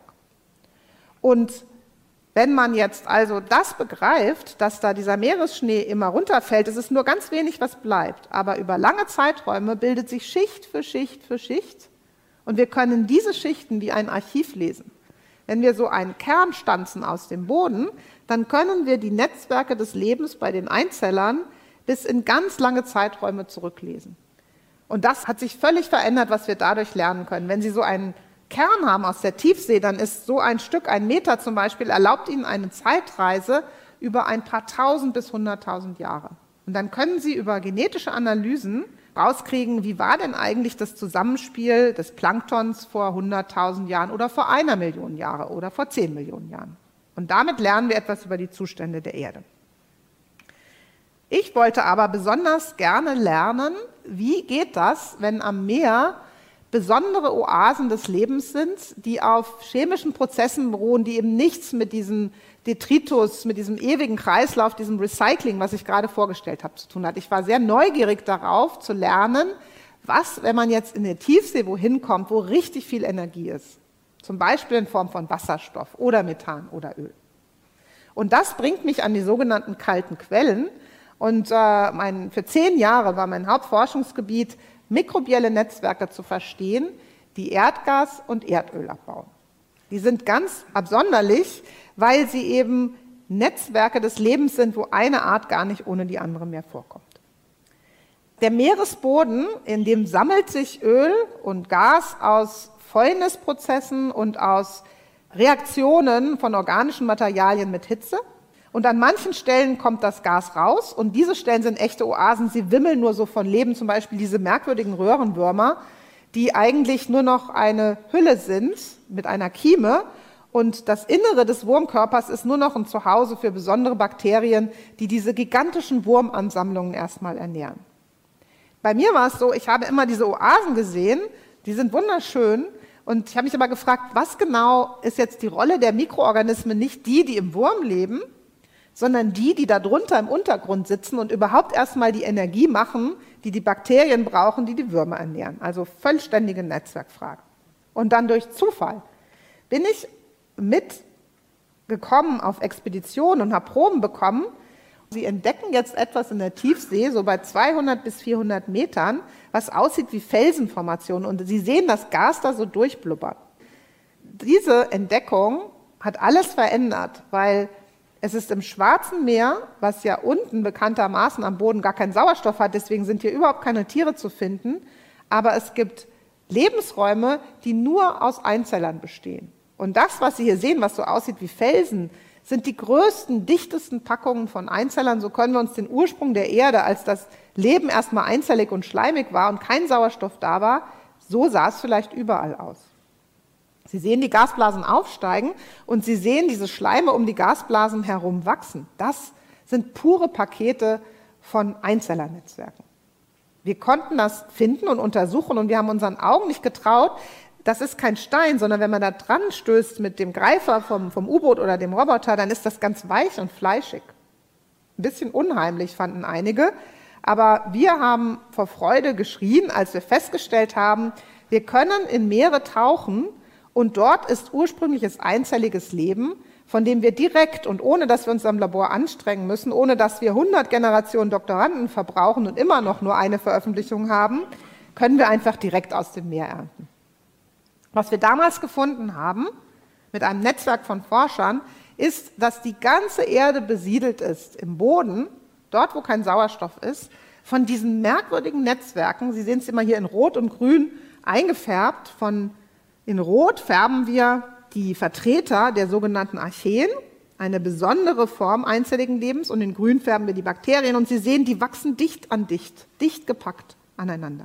Und wenn man jetzt also das begreift, dass da dieser Meeresschnee immer runterfällt, es ist nur ganz wenig, was bleibt, aber über lange Zeiträume bildet sich Schicht für Schicht für Schicht und wir können diese Schichten wie ein Archiv lesen. Wenn wir so einen Kern stanzen aus dem Boden, dann können wir die Netzwerke des Lebens bei den Einzellern bis in ganz lange Zeiträume zurücklesen. Und das hat sich völlig verändert, was wir dadurch lernen können. Wenn Sie so einen Kern haben aus der Tiefsee, dann ist so ein Stück, ein Meter zum Beispiel, erlaubt Ihnen eine Zeitreise über ein paar tausend bis hunderttausend Jahre. Und dann können Sie über genetische Analysen rauskriegen, wie war denn eigentlich das Zusammenspiel des Planktons vor hunderttausend Jahren oder vor einer Million Jahre oder vor zehn Millionen Jahren. Und damit lernen wir etwas über die Zustände der Erde. Ich wollte aber besonders gerne lernen, wie geht das, wenn am Meer besondere Oasen des Lebens sind, die auf chemischen Prozessen beruhen, die eben nichts mit diesem Detritus, mit diesem ewigen Kreislauf, diesem Recycling, was ich gerade vorgestellt habe, zu tun hat. Ich war sehr neugierig darauf, zu lernen, was, wenn man jetzt in der Tiefsee wohin kommt, wo richtig viel Energie ist. Zum Beispiel in Form von Wasserstoff oder Methan oder Öl. Und das bringt mich an die sogenannten kalten Quellen. Und äh, mein, für zehn Jahre war mein Hauptforschungsgebiet, mikrobielle Netzwerke zu verstehen, die Erdgas und Erdöl abbauen. Die sind ganz absonderlich, weil sie eben Netzwerke des Lebens sind, wo eine Art gar nicht ohne die andere mehr vorkommt. Der Meeresboden, in dem sammelt sich Öl und Gas aus Fäulnisprozessen und aus Reaktionen von organischen Materialien mit Hitze. Und an manchen Stellen kommt das Gas raus und diese Stellen sind echte Oasen, sie wimmeln nur so von Leben, zum Beispiel diese merkwürdigen Röhrenwürmer, die eigentlich nur noch eine Hülle sind mit einer Kieme und das Innere des Wurmkörpers ist nur noch ein Zuhause für besondere Bakterien, die diese gigantischen Wurmansammlungen erstmal ernähren. Bei mir war es so, ich habe immer diese Oasen gesehen, die sind wunderschön und ich habe mich aber gefragt, was genau ist jetzt die Rolle der Mikroorganismen, nicht die, die im Wurm leben, sondern die, die darunter im Untergrund sitzen und überhaupt erstmal die Energie machen, die die Bakterien brauchen, die die Würmer ernähren. Also vollständige Netzwerkfragen. Und dann durch Zufall bin ich mitgekommen auf Expeditionen und habe Proben bekommen. Sie entdecken jetzt etwas in der Tiefsee, so bei zweihundert bis vierhundert Metern, was aussieht wie Felsenformationen. Und Sie sehen das Gas da so durchblubbern. Diese Entdeckung hat alles verändert, weil es ist im Schwarzen Meer, was ja unten bekanntermaßen am Boden gar keinen Sauerstoff hat, deswegen sind hier überhaupt keine Tiere zu finden, aber es gibt Lebensräume, die nur aus Einzellern bestehen. Und das, was Sie hier sehen, was so aussieht wie Felsen, sind die größten, dichtesten Packungen von Einzellern. So können wir uns den Ursprung der Erde, als das Leben erstmal einzellig und schleimig war und kein Sauerstoff da war, so sah es vielleicht überall aus. Sie sehen die Gasblasen aufsteigen und Sie sehen diese Schleime um die Gasblasen herum wachsen. Das sind pure Pakete von Einzellernetzwerken. Wir konnten das finden und untersuchen und wir haben unseren Augen nicht getraut. Das ist kein Stein, sondern wenn man da dran stößt mit dem Greifer vom, vom U-Boot oder dem Roboter, dann ist das ganz weich und fleischig. Ein bisschen unheimlich fanden einige, aber wir haben vor Freude geschrien, als wir festgestellt haben, wir können in Meere tauchen und dort ist ursprüngliches einzelliges Leben, von dem wir direkt und ohne, dass wir uns am Labor anstrengen müssen, ohne dass wir hundert Generationen Doktoranden verbrauchen und immer noch nur eine Veröffentlichung haben, können wir einfach direkt aus dem Meer ernten. Was wir damals gefunden haben, mit einem Netzwerk von Forschern, ist, dass die ganze Erde besiedelt ist im Boden, dort wo kein Sauerstoff ist, von diesen merkwürdigen Netzwerken, Sie sehen es immer hier in Rot und Grün eingefärbt, von in Rot färben wir die Vertreter der sogenannten Archeen, eine besondere Form einzelligen Lebens, und in Grün färben wir die Bakterien und Sie sehen, die wachsen dicht an dicht, dicht gepackt aneinander.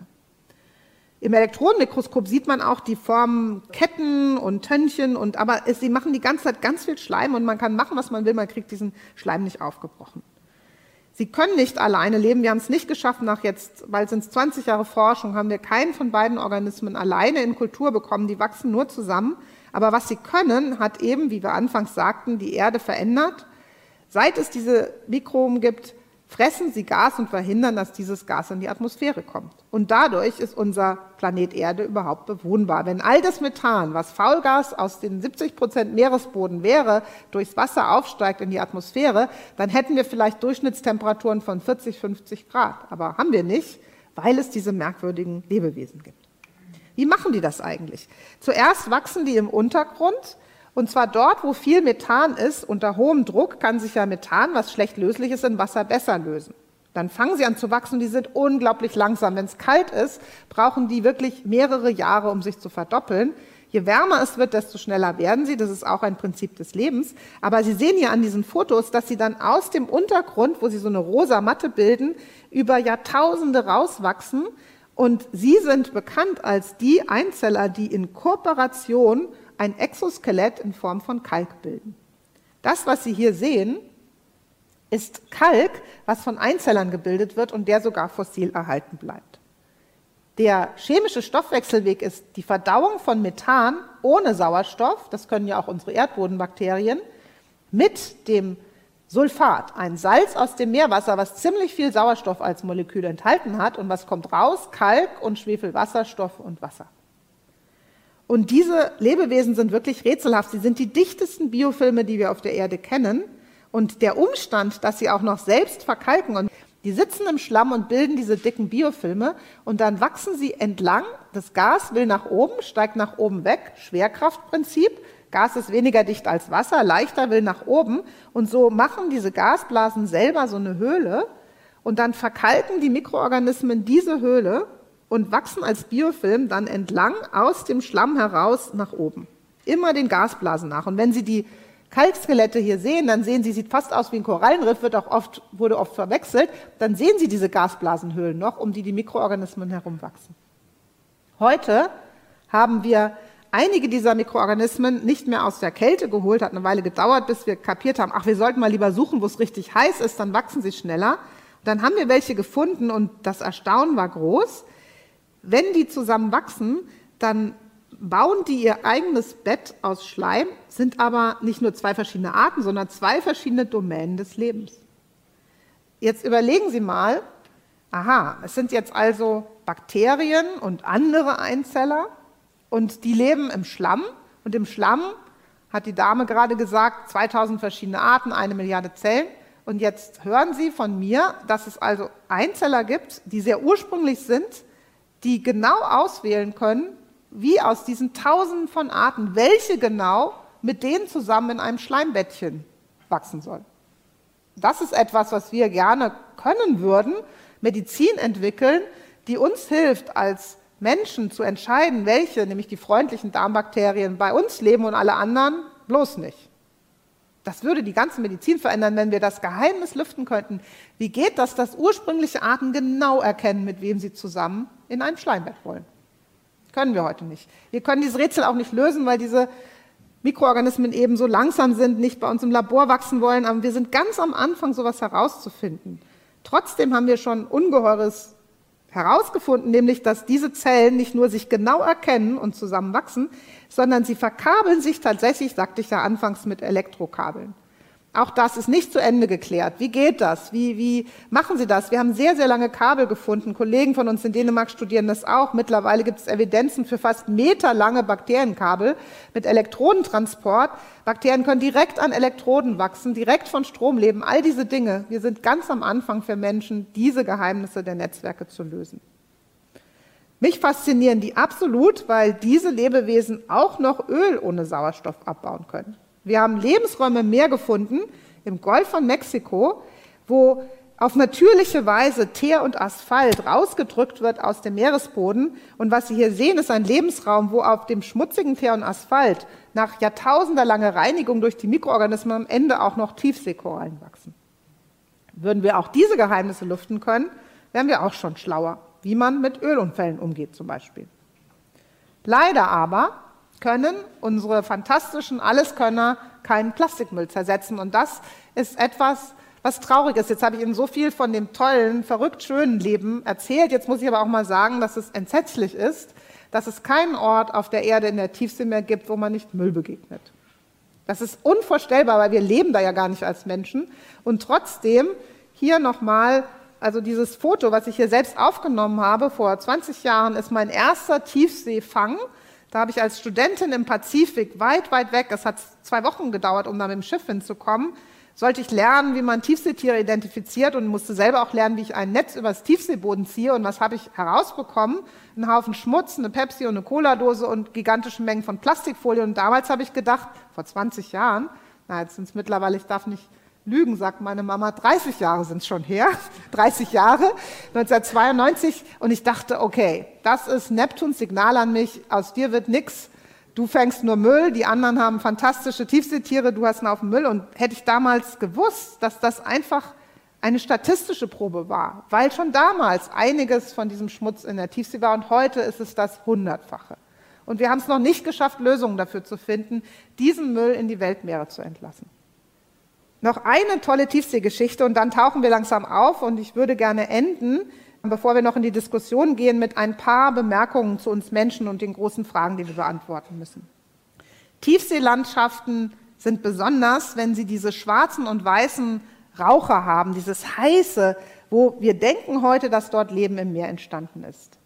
Im Elektronenmikroskop sieht man auch die Formen Ketten und Tönnchen, und, aber es, sie machen die ganze Zeit ganz viel Schleim und man kann machen, was man will, man kriegt diesen Schleim nicht aufgebrochen. Sie können nicht alleine leben, wir haben es nicht geschafft, nach jetzt, bald sind es zwanzig Jahre Forschung, haben wir keinen von beiden Organismen alleine in Kultur bekommen, die wachsen nur zusammen, aber was sie können, hat eben, wie wir anfangs sagten, die Erde verändert. Seit es diese Mikroben gibt, fressen sie Gas und verhindern, dass dieses Gas in die Atmosphäre kommt. Und dadurch ist unser Planet Erde überhaupt bewohnbar. Wenn all das Methan, was Faulgas aus den siebzig Prozent Meeresboden wäre, durchs Wasser aufsteigt in die Atmosphäre, dann hätten wir vielleicht Durchschnittstemperaturen von vierzig, fünfzig Grad. Aber haben wir nicht, weil es diese merkwürdigen Lebewesen gibt. Wie machen die das eigentlich? Zuerst wachsen die im Untergrund. Und zwar dort, wo viel Methan ist, unter hohem Druck kann sich ja Methan, was schlecht löslich ist, in Wasser besser lösen. Dann fangen sie an zu wachsen, die sind unglaublich langsam. Wenn es kalt ist, brauchen die wirklich mehrere Jahre, um sich zu verdoppeln. Je wärmer es wird, desto schneller werden sie. Das ist auch ein Prinzip des Lebens. Aber Sie sehen hier an diesen Fotos, dass sie dann aus dem Untergrund, wo sie so eine rosa Matte bilden, über Jahrtausende rauswachsen. Und sie sind bekannt als die Einzeller, die in Kooperation ein Exoskelett in Form von Kalk bilden. Das, was Sie hier sehen, ist Kalk, was von Einzellern gebildet wird und der sogar fossil erhalten bleibt. Der chemische Stoffwechselweg ist die Verdauung von Methan ohne Sauerstoff, das können ja auch unsere Erdbodenbakterien, mit dem Sulfat, ein Salz aus dem Meerwasser, was ziemlich viel Sauerstoff als Molekül enthalten hat. Und was kommt raus? Kalk und Schwefelwasserstoff und Wasser. Und diese Lebewesen sind wirklich rätselhaft. Sie sind die dichtesten Biofilme, die wir auf der Erde kennen. Und der Umstand, dass sie auch noch selbst verkalken, und die sitzen im Schlamm und bilden diese dicken Biofilme und dann wachsen sie entlang. Das Gas will nach oben, steigt nach oben weg, Schwerkraftprinzip. Gas ist weniger dicht als Wasser, leichter, will nach oben. Und so machen diese Gasblasen selber so eine Höhle und dann verkalken die Mikroorganismen diese Höhle und wachsen als Biofilm dann entlang aus dem Schlamm heraus nach oben. Immer den Gasblasen nach. Und wenn Sie die Kalkskelette hier sehen, dann sehen Sie, sieht fast aus wie ein Korallenriff, wird auch oft, wurde oft verwechselt, dann sehen Sie diese Gasblasenhöhlen noch, um die die Mikroorganismen herumwachsen. Heute haben wir einige dieser Mikroorganismen nicht mehr aus der Kälte geholt, hat eine Weile gedauert, bis wir kapiert haben, ach, wir sollten mal lieber suchen, wo es richtig heiß ist, dann wachsen sie schneller. Dann haben wir welche gefunden und das Erstaunen war groß. Wenn die zusammen wachsen, dann bauen die ihr eigenes Bett aus Schleim, sind aber nicht nur zwei verschiedene Arten, sondern zwei verschiedene Domänen des Lebens. Jetzt überlegen Sie mal, aha, es sind jetzt also Bakterien und andere Einzeller und die leben im Schlamm und im Schlamm, hat die Dame gerade gesagt, zweitausend verschiedene Arten, eine Milliarde Zellen. Und jetzt hören Sie von mir, dass es also Einzeller gibt, die sehr ursprünglich sind, die genau auswählen können, wie aus diesen Tausenden von Arten, welche genau mit denen zusammen in einem Schleimbettchen wachsen soll. Das ist etwas, was wir gerne können würden, Medizin entwickeln, die uns hilft, als Menschen zu entscheiden, welche, nämlich die freundlichen Darmbakterien, bei uns leben und alle anderen bloß nicht. Das würde die ganze Medizin verändern, wenn wir das Geheimnis lüften könnten. Wie geht das, dass ursprüngliche Arten genau erkennen, mit wem sie zusammen in ein Schleimbett wollen? Können wir heute nicht. Wir können dieses Rätsel auch nicht lösen, weil diese Mikroorganismen eben so langsam sind, nicht bei uns im Labor wachsen wollen, aber wir sind ganz am Anfang, sowas herauszufinden. Trotzdem haben wir schon Ungeheures herausgefunden, nämlich, dass diese Zellen nicht nur sich genau erkennen und zusammenwachsen, sondern sie verkabeln sich tatsächlich, sagte ich ja anfangs, mit Elektrokabeln. Auch das ist nicht zu Ende geklärt. Wie geht das? Wie, wie machen sie das? Wir haben sehr, sehr lange Kabel gefunden. Kollegen von uns in Dänemark studieren das auch. Mittlerweile gibt es Evidenzen für fast meterlange Bakterienkabel mit Elektrodentransport. Bakterien können direkt an Elektroden wachsen, direkt von Strom leben. All diese Dinge. Wir sind ganz am Anfang für Menschen, diese Geheimnisse der Netzwerke zu lösen. Mich faszinieren die absolut, weil diese Lebewesen auch noch Öl ohne Sauerstoff abbauen können. Wir haben Lebensräume im Meer gefunden, im Golf von Mexiko, wo auf natürliche Weise Teer und Asphalt rausgedrückt wird aus dem Meeresboden. Und was Sie hier sehen, ist ein Lebensraum, wo auf dem schmutzigen Teer und Asphalt nach jahrtausendelanger Reinigung durch die Mikroorganismen am Ende auch noch Tiefseekorallen wachsen. Würden wir auch diese Geheimnisse lüften können, wären wir auch schon schlauer, wie man mit Ölunfällen umgeht zum Beispiel. Leider aber können unsere fantastischen Alleskönner keinen Plastikmüll zersetzen. Und das ist etwas, was traurig ist. Jetzt habe ich Ihnen so viel von dem tollen, verrückt schönen Leben erzählt. Jetzt muss ich aber auch mal sagen, dass es entsetzlich ist, dass es keinen Ort auf der Erde in der Tiefsee mehr gibt, wo man nicht Müll begegnet. Das ist unvorstellbar, weil wir leben da ja gar nicht als Menschen. Und trotzdem hier nochmal, also dieses Foto, was ich hier selbst aufgenommen habe, vor zwanzig Jahren, ist mein erster Tiefseefang. Da habe ich als Studentin im Pazifik, weit, weit weg, es hat zwei Wochen gedauert, um da mit dem Schiff hinzukommen, sollte ich lernen, wie man Tiefseetiere identifiziert und musste selber auch lernen, wie ich ein Netz übers Tiefseeboden ziehe. Und was habe ich herausbekommen? Einen Haufen Schmutz, eine Pepsi und eine Cola-Dose und gigantische Mengen von Plastikfolie. Und damals habe ich gedacht, vor zwanzig Jahren, na jetzt sind es mittlerweile, ich darf nicht lügen, sagt meine Mama, dreißig Jahre sind es schon her, dreißig Jahre, neunzehnhundertzweiundneunzig. Und ich dachte, okay, das ist Neptuns Signal an mich, aus dir wird nichts. Du fängst nur Müll, die anderen haben fantastische Tiefseetiere, du hast einen Haufen Müll. Und hätte ich damals gewusst, dass das einfach eine statistische Probe war, weil schon damals einiges von diesem Schmutz in der Tiefsee war und heute ist es das Hundertfache. Und wir haben es noch nicht geschafft, Lösungen dafür zu finden, diesen Müll in die Weltmeere zu entlassen. Noch eine tolle Tiefseegeschichte und dann tauchen wir langsam auf und ich würde gerne enden, bevor wir noch in die Diskussion gehen, mit ein paar Bemerkungen zu uns Menschen und den großen Fragen, die wir beantworten müssen. Tiefseelandschaften sind besonders, wenn sie diese schwarzen und weißen Raucher haben, dieses heiße, wo wir denken heute, dass dort Leben im Meer entstanden ist.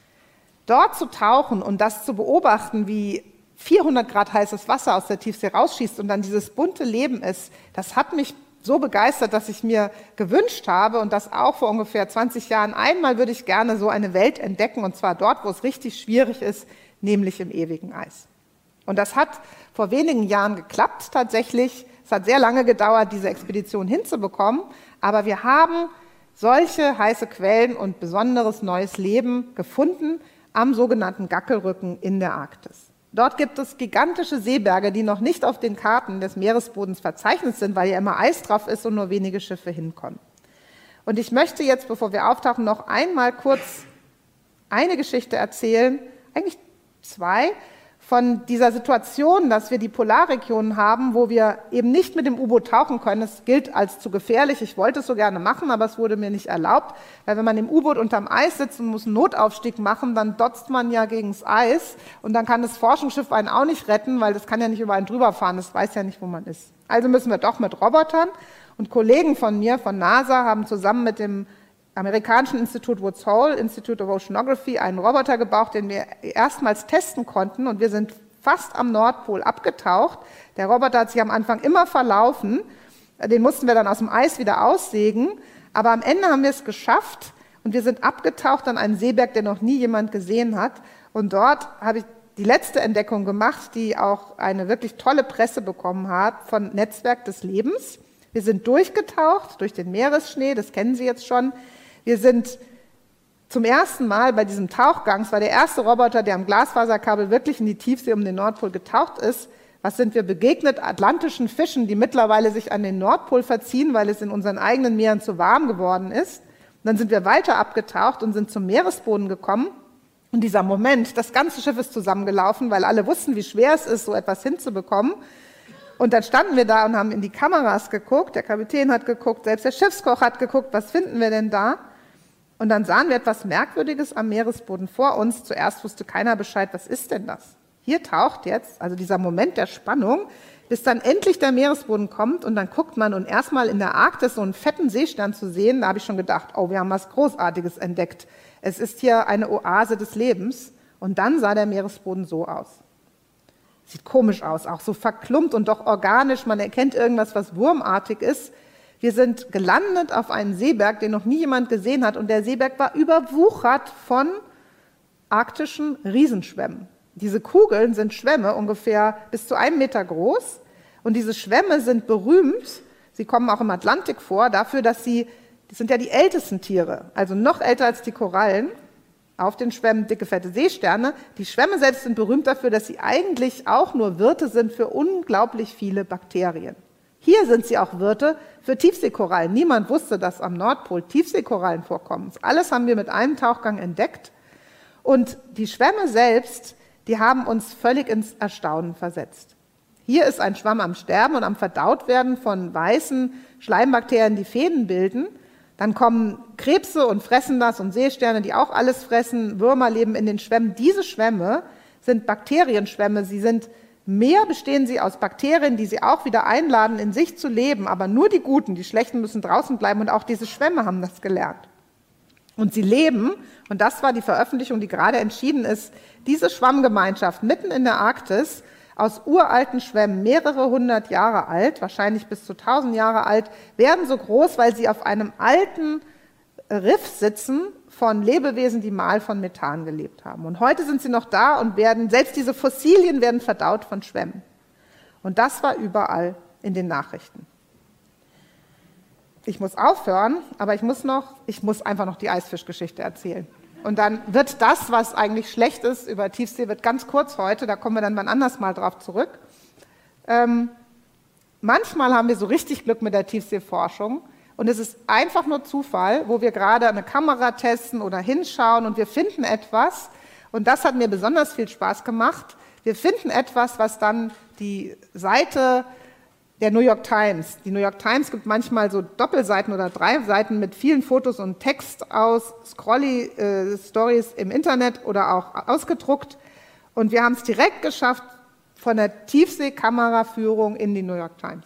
Dort zu tauchen und das zu beobachten, wie vierhundert Grad heißes Wasser aus der Tiefsee rausschießt und dann dieses bunte Leben ist, das hat mich so begeistert, dass ich mir gewünscht habe und das auch vor ungefähr zwanzig Jahren, einmal würde ich gerne so eine Welt entdecken und zwar dort, wo es richtig schwierig ist, nämlich im ewigen Eis. Und das hat vor wenigen Jahren geklappt tatsächlich. Es hat sehr lange gedauert, diese Expedition hinzubekommen, aber wir haben solche heiße Quellen und besonderes neues Leben gefunden am sogenannten Gackelrücken in der Arktis. Dort gibt es gigantische Seeberge, die noch nicht auf den Karten des Meeresbodens verzeichnet sind, weil ja immer Eis drauf ist und nur wenige Schiffe hinkommen. Und ich möchte jetzt, bevor wir auftauchen, noch einmal kurz eine Geschichte erzählen, eigentlich zwei, von dieser Situation, dass wir die Polarregionen haben, wo wir eben nicht mit dem U-Boot tauchen können. Es gilt als zu gefährlich. Ich wollte es so gerne machen, aber es wurde mir nicht erlaubt, weil wenn man im U-Boot unterm Eis sitzt und muss einen Notaufstieg machen, dann dotzt man ja gegen das Eis und dann kann das Forschungsschiff einen auch nicht retten, weil das kann ja nicht über einen drüber fahren, das weiß ja nicht, wo man ist. Also müssen wir doch mit Robotern und Kollegen von mir, von NASA, haben zusammen mit dem amerikanischen Institut Woods Hole, Institute of Oceanography, einen Roboter gebaut, den wir erstmals testen konnten und wir sind fast am Nordpol abgetaucht. Der Roboter hat sich am Anfang immer verlaufen, den mussten wir dann aus dem Eis wieder aussägen, aber am Ende haben wir es geschafft und wir sind abgetaucht an einen Seeberg, den noch nie jemand gesehen hat und dort habe ich die letzte Entdeckung gemacht, die auch eine wirklich tolle Presse bekommen hat von Netzwerk des Lebens. Wir sind durchgetaucht durch den Meeresschnee, das kennen Sie jetzt schon. Wir sind zum ersten Mal bei diesem Tauchgang, es war der erste Roboter, der am Glasfaserkabel wirklich in die Tiefsee um den Nordpol getaucht ist, was sind wir begegnet? Atlantischen Fischen, die mittlerweile sich an den Nordpol verziehen, weil es in unseren eigenen Meeren zu warm geworden ist. Und dann sind wir weiter abgetaucht und sind zum Meeresboden gekommen. Und dieser Moment, das ganze Schiff ist zusammengelaufen, weil alle wussten, wie schwer es ist, so etwas hinzubekommen. Und dann standen wir da und haben in die Kameras geguckt, der Kapitän hat geguckt, selbst der Schiffskoch hat geguckt, was finden wir denn da? Und dann sahen wir etwas Merkwürdiges am Meeresboden vor uns. Zuerst wusste keiner Bescheid, was ist denn das? Hier taucht jetzt, also dieser Moment der Spannung, bis dann endlich der Meeresboden kommt und dann guckt man und erstmal in der Arktis so einen fetten Seestern zu sehen, da habe ich schon gedacht, oh, wir haben was Großartiges entdeckt. Es ist hier eine Oase des Lebens. Und dann sah der Meeresboden so aus. Sieht komisch aus, auch so verklumpt und doch organisch. Man erkennt irgendwas, was wurmartig ist. Wir sind gelandet auf einen Seeberg, den noch nie jemand gesehen hat. Und der Seeberg war überwuchert von arktischen Riesenschwämmen. Diese Kugeln sind Schwämme, ungefähr bis zu einem Meter groß. Und diese Schwämme sind berühmt, sie kommen auch im Atlantik vor, dafür, dass sie, das sind ja die ältesten Tiere, also noch älter als die Korallen, auf den Schwämmen dicke, fette Seesterne. Die Schwämme selbst sind berühmt dafür, dass sie eigentlich auch nur Wirte sind für unglaublich viele Bakterien. Hier sind sie auch Wirte für Tiefseekorallen. Niemand wusste, dass am Nordpol Tiefseekorallen vorkommen. Das alles haben wir mit einem Tauchgang entdeckt. Und die Schwämme selbst, die haben uns völlig ins Erstaunen versetzt. Hier ist ein Schwamm am Sterben und am Verdautwerden von weißen Schleimbakterien, die Fäden bilden. Dann kommen Krebse und fressen das und Seesterne, die auch alles fressen. Würmer leben in den Schwämmen. Diese Schwämme sind Bakterienschwämme. Sie sind mehr bestehen sie aus Bakterien, die sie auch wieder einladen, in sich zu leben. Aber nur die Guten, die Schlechten müssen draußen bleiben. Und auch diese Schwämme haben das gelernt. Und sie leben, und das war die Veröffentlichung, die gerade entschieden ist, diese Schwammgemeinschaft mitten in der Arktis aus uralten Schwämmen, mehrere hundert Jahre alt, wahrscheinlich bis zu tausend Jahre alt, werden so groß, weil sie auf einem alten Riff sitzen von Lebewesen, die mal von Methan gelebt haben. Und heute sind sie noch da und werden, selbst diese Fossilien werden verdaut von Schwämmen. Und das war überall in den Nachrichten. Ich muss aufhören, aber ich muss noch, ich muss einfach noch die Eisfischgeschichte erzählen. Und dann wird das, was eigentlich schlecht ist über Tiefsee, wird ganz kurz heute, da kommen wir dann wann anders mal drauf zurück. Ähm, manchmal haben wir so richtig Glück mit der Tiefseeforschung und es ist einfach nur Zufall, wo wir gerade eine Kamera testen oder hinschauen und wir finden etwas und das hat mir besonders viel Spaß gemacht. Wir finden etwas, was dann die Seite der New York Times. Die New York Times gibt manchmal so Doppelseiten oder drei Seiten mit vielen Fotos und Text aus, Scrolly-Stories äh, im Internet oder auch ausgedruckt. Und wir haben es direkt geschafft von der Tiefseekameraführung in die New York Times.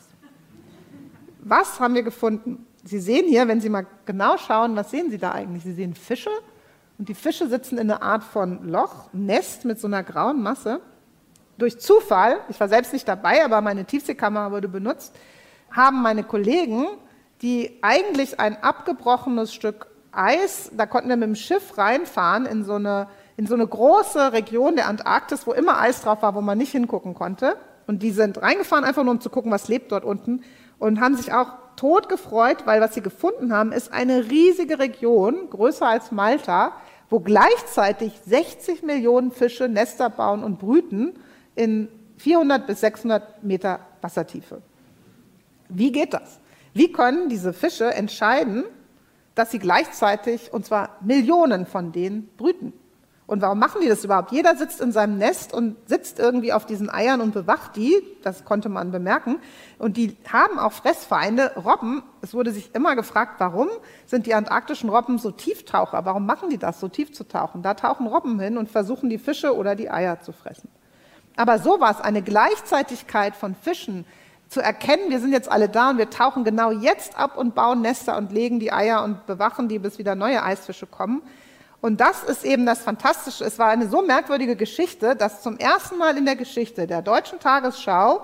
Was haben wir gefunden? Sie sehen hier, wenn Sie mal genau schauen, was sehen Sie da eigentlich? Sie sehen Fische und die Fische sitzen in einer Art von Loch, Nest mit so einer grauen Masse. Durch Zufall, ich war selbst nicht dabei, aber meine Tiefseekamera wurde benutzt, haben meine Kollegen, die eigentlich ein abgebrochenes Stück Eis, da konnten wir mit dem Schiff reinfahren in so eine, in so eine große Region der Antarktis, wo immer Eis drauf war, wo man nicht hingucken konnte. Und die sind reingefahren, einfach nur um zu gucken, was lebt dort unten und haben sich auch tot gefreut, weil was sie gefunden haben, ist eine riesige Region, größer als Malta, wo gleichzeitig sechzig Millionen Fische Nester bauen und brüten, in vierhundert bis sechshundert Meter Wassertiefe. Wie geht das? Wie können diese Fische entscheiden, dass sie gleichzeitig, und zwar Millionen von denen, brüten? Und warum machen die das überhaupt? Jeder sitzt in seinem Nest und sitzt irgendwie auf diesen Eiern und bewacht die, das konnte man bemerken. Und die haben auch Fressfeinde, Robben. Es wurde sich immer gefragt, warum sind die antarktischen Robben so Tieftaucher? Warum machen die das, so tief zu tauchen? Da tauchen Robben hin und versuchen die Fische oder die Eier zu fressen. Aber sowas, eine Gleichzeitigkeit von Fischen zu erkennen, wir sind jetzt alle da und wir tauchen genau jetzt ab und bauen Nester und legen die Eier und bewachen die, bis wieder neue Eisfische kommen. Und das ist eben das Fantastische. Es war eine so merkwürdige Geschichte, dass zum ersten Mal in der Geschichte der Deutschen Tagesschau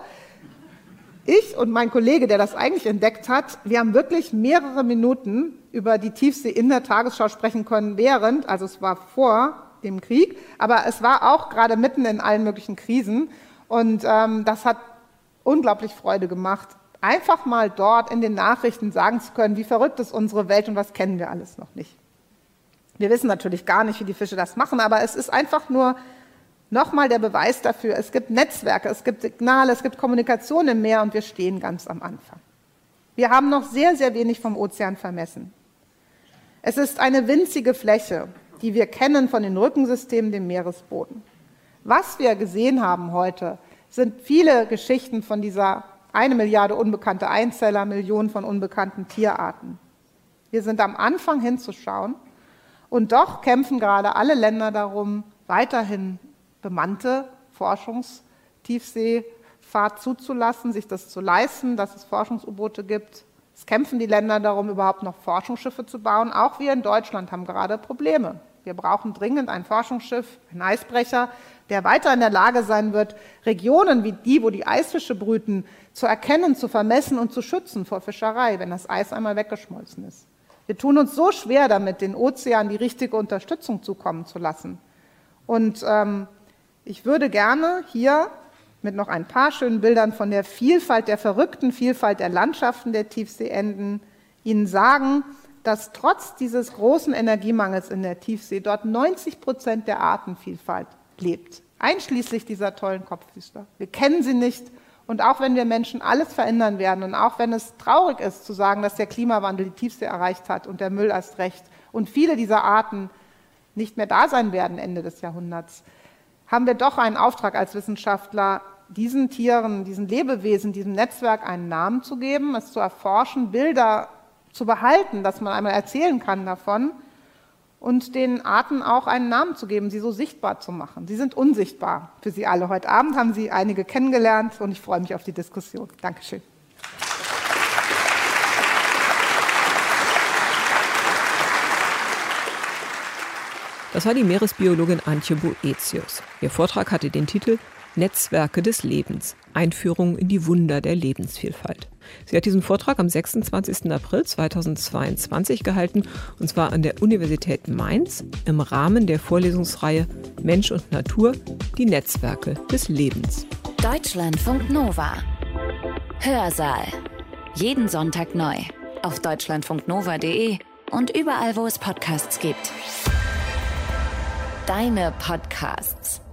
ich und mein Kollege, der das eigentlich entdeckt hat, wir haben wirklich mehrere Minuten über die Tiefsee in der Tagesschau sprechen können, während, also es war vor dem Krieg, aber es war auch gerade mitten in allen möglichen Krisen und ähm, das hat unglaublich Freude gemacht, einfach mal dort in den Nachrichten sagen zu können, wie verrückt ist unsere Welt und was kennen wir alles noch nicht. Wir wissen natürlich gar nicht, wie die Fische das machen, aber es ist einfach nur nochmal der Beweis dafür, es gibt Netzwerke, es gibt Signale, es gibt Kommunikation im Meer und wir stehen ganz am Anfang. Wir haben noch sehr, sehr wenig vom Ozean vermessen. Es ist eine winzige Fläche, die wir kennen von den Rückensystemen, dem Meeresboden. Was wir gesehen haben heute, sind viele Geschichten von dieser eine Milliarde unbekannte Einzeller, Millionen von unbekannten Tierarten. Wir sind am Anfang hinzuschauen und doch kämpfen gerade alle Länder darum, weiterhin bemannte Forschungstiefseefahrt zuzulassen, sich das zu leisten, dass es Forschungs-U-Boote gibt. Es kämpfen die Länder darum, überhaupt noch Forschungsschiffe zu bauen. Auch wir in Deutschland haben gerade Probleme. Wir brauchen dringend ein Forschungsschiff, einen Eisbrecher, der weiter in der Lage sein wird, Regionen wie die, wo die Eisfische brüten, zu erkennen, zu vermessen und zu schützen vor Fischerei, wenn das Eis einmal weggeschmolzen ist. Wir tun uns so schwer damit, den Ozean die richtige Unterstützung zukommen zu lassen. Und ähm, ich würde gerne hier mit noch ein paar schönen Bildern von der Vielfalt, der verrückten Vielfalt der Landschaften der Tiefsee enden, Ihnen sagen, dass trotz dieses großen Energiemangels in der Tiefsee dort neunzig Prozent der Artenvielfalt lebt, einschließlich dieser tollen Kopffüßler. Wir kennen sie nicht und auch wenn wir Menschen alles verändern werden und auch wenn es traurig ist zu sagen, dass der Klimawandel die Tiefsee erreicht hat und der Müll erst recht und viele dieser Arten nicht mehr da sein werden Ende des Jahrhunderts, haben wir doch einen Auftrag als Wissenschaftler, diesen Tieren, diesen Lebewesen, diesem Netzwerk einen Namen zu geben, es zu erforschen, Bilder zu behalten, dass man einmal erzählen kann davon und den Arten auch einen Namen zu geben, sie so sichtbar zu machen. Sie sind unsichtbar für Sie alle. Heute Abend haben Sie einige kennengelernt und ich freue mich auf die Diskussion. Dankeschön. Das war die Meeresbiologin Antje Boetius. Ihr Vortrag hatte den Titel Netzwerke des Lebens. Einführung in die Wunder der Lebensvielfalt. Sie hat diesen Vortrag am sechsundzwanzigsten April zweitausendzweiundzwanzig gehalten, und zwar an der Universität Mainz im Rahmen der Vorlesungsreihe Mensch und Natur, die Netzwerke des Lebens. Deutschlandfunk Nova. Hörsaal. Jeden Sonntag neu. Auf deutschlandfunknova punkt de und überall, wo es Podcasts gibt. Deine Podcasts.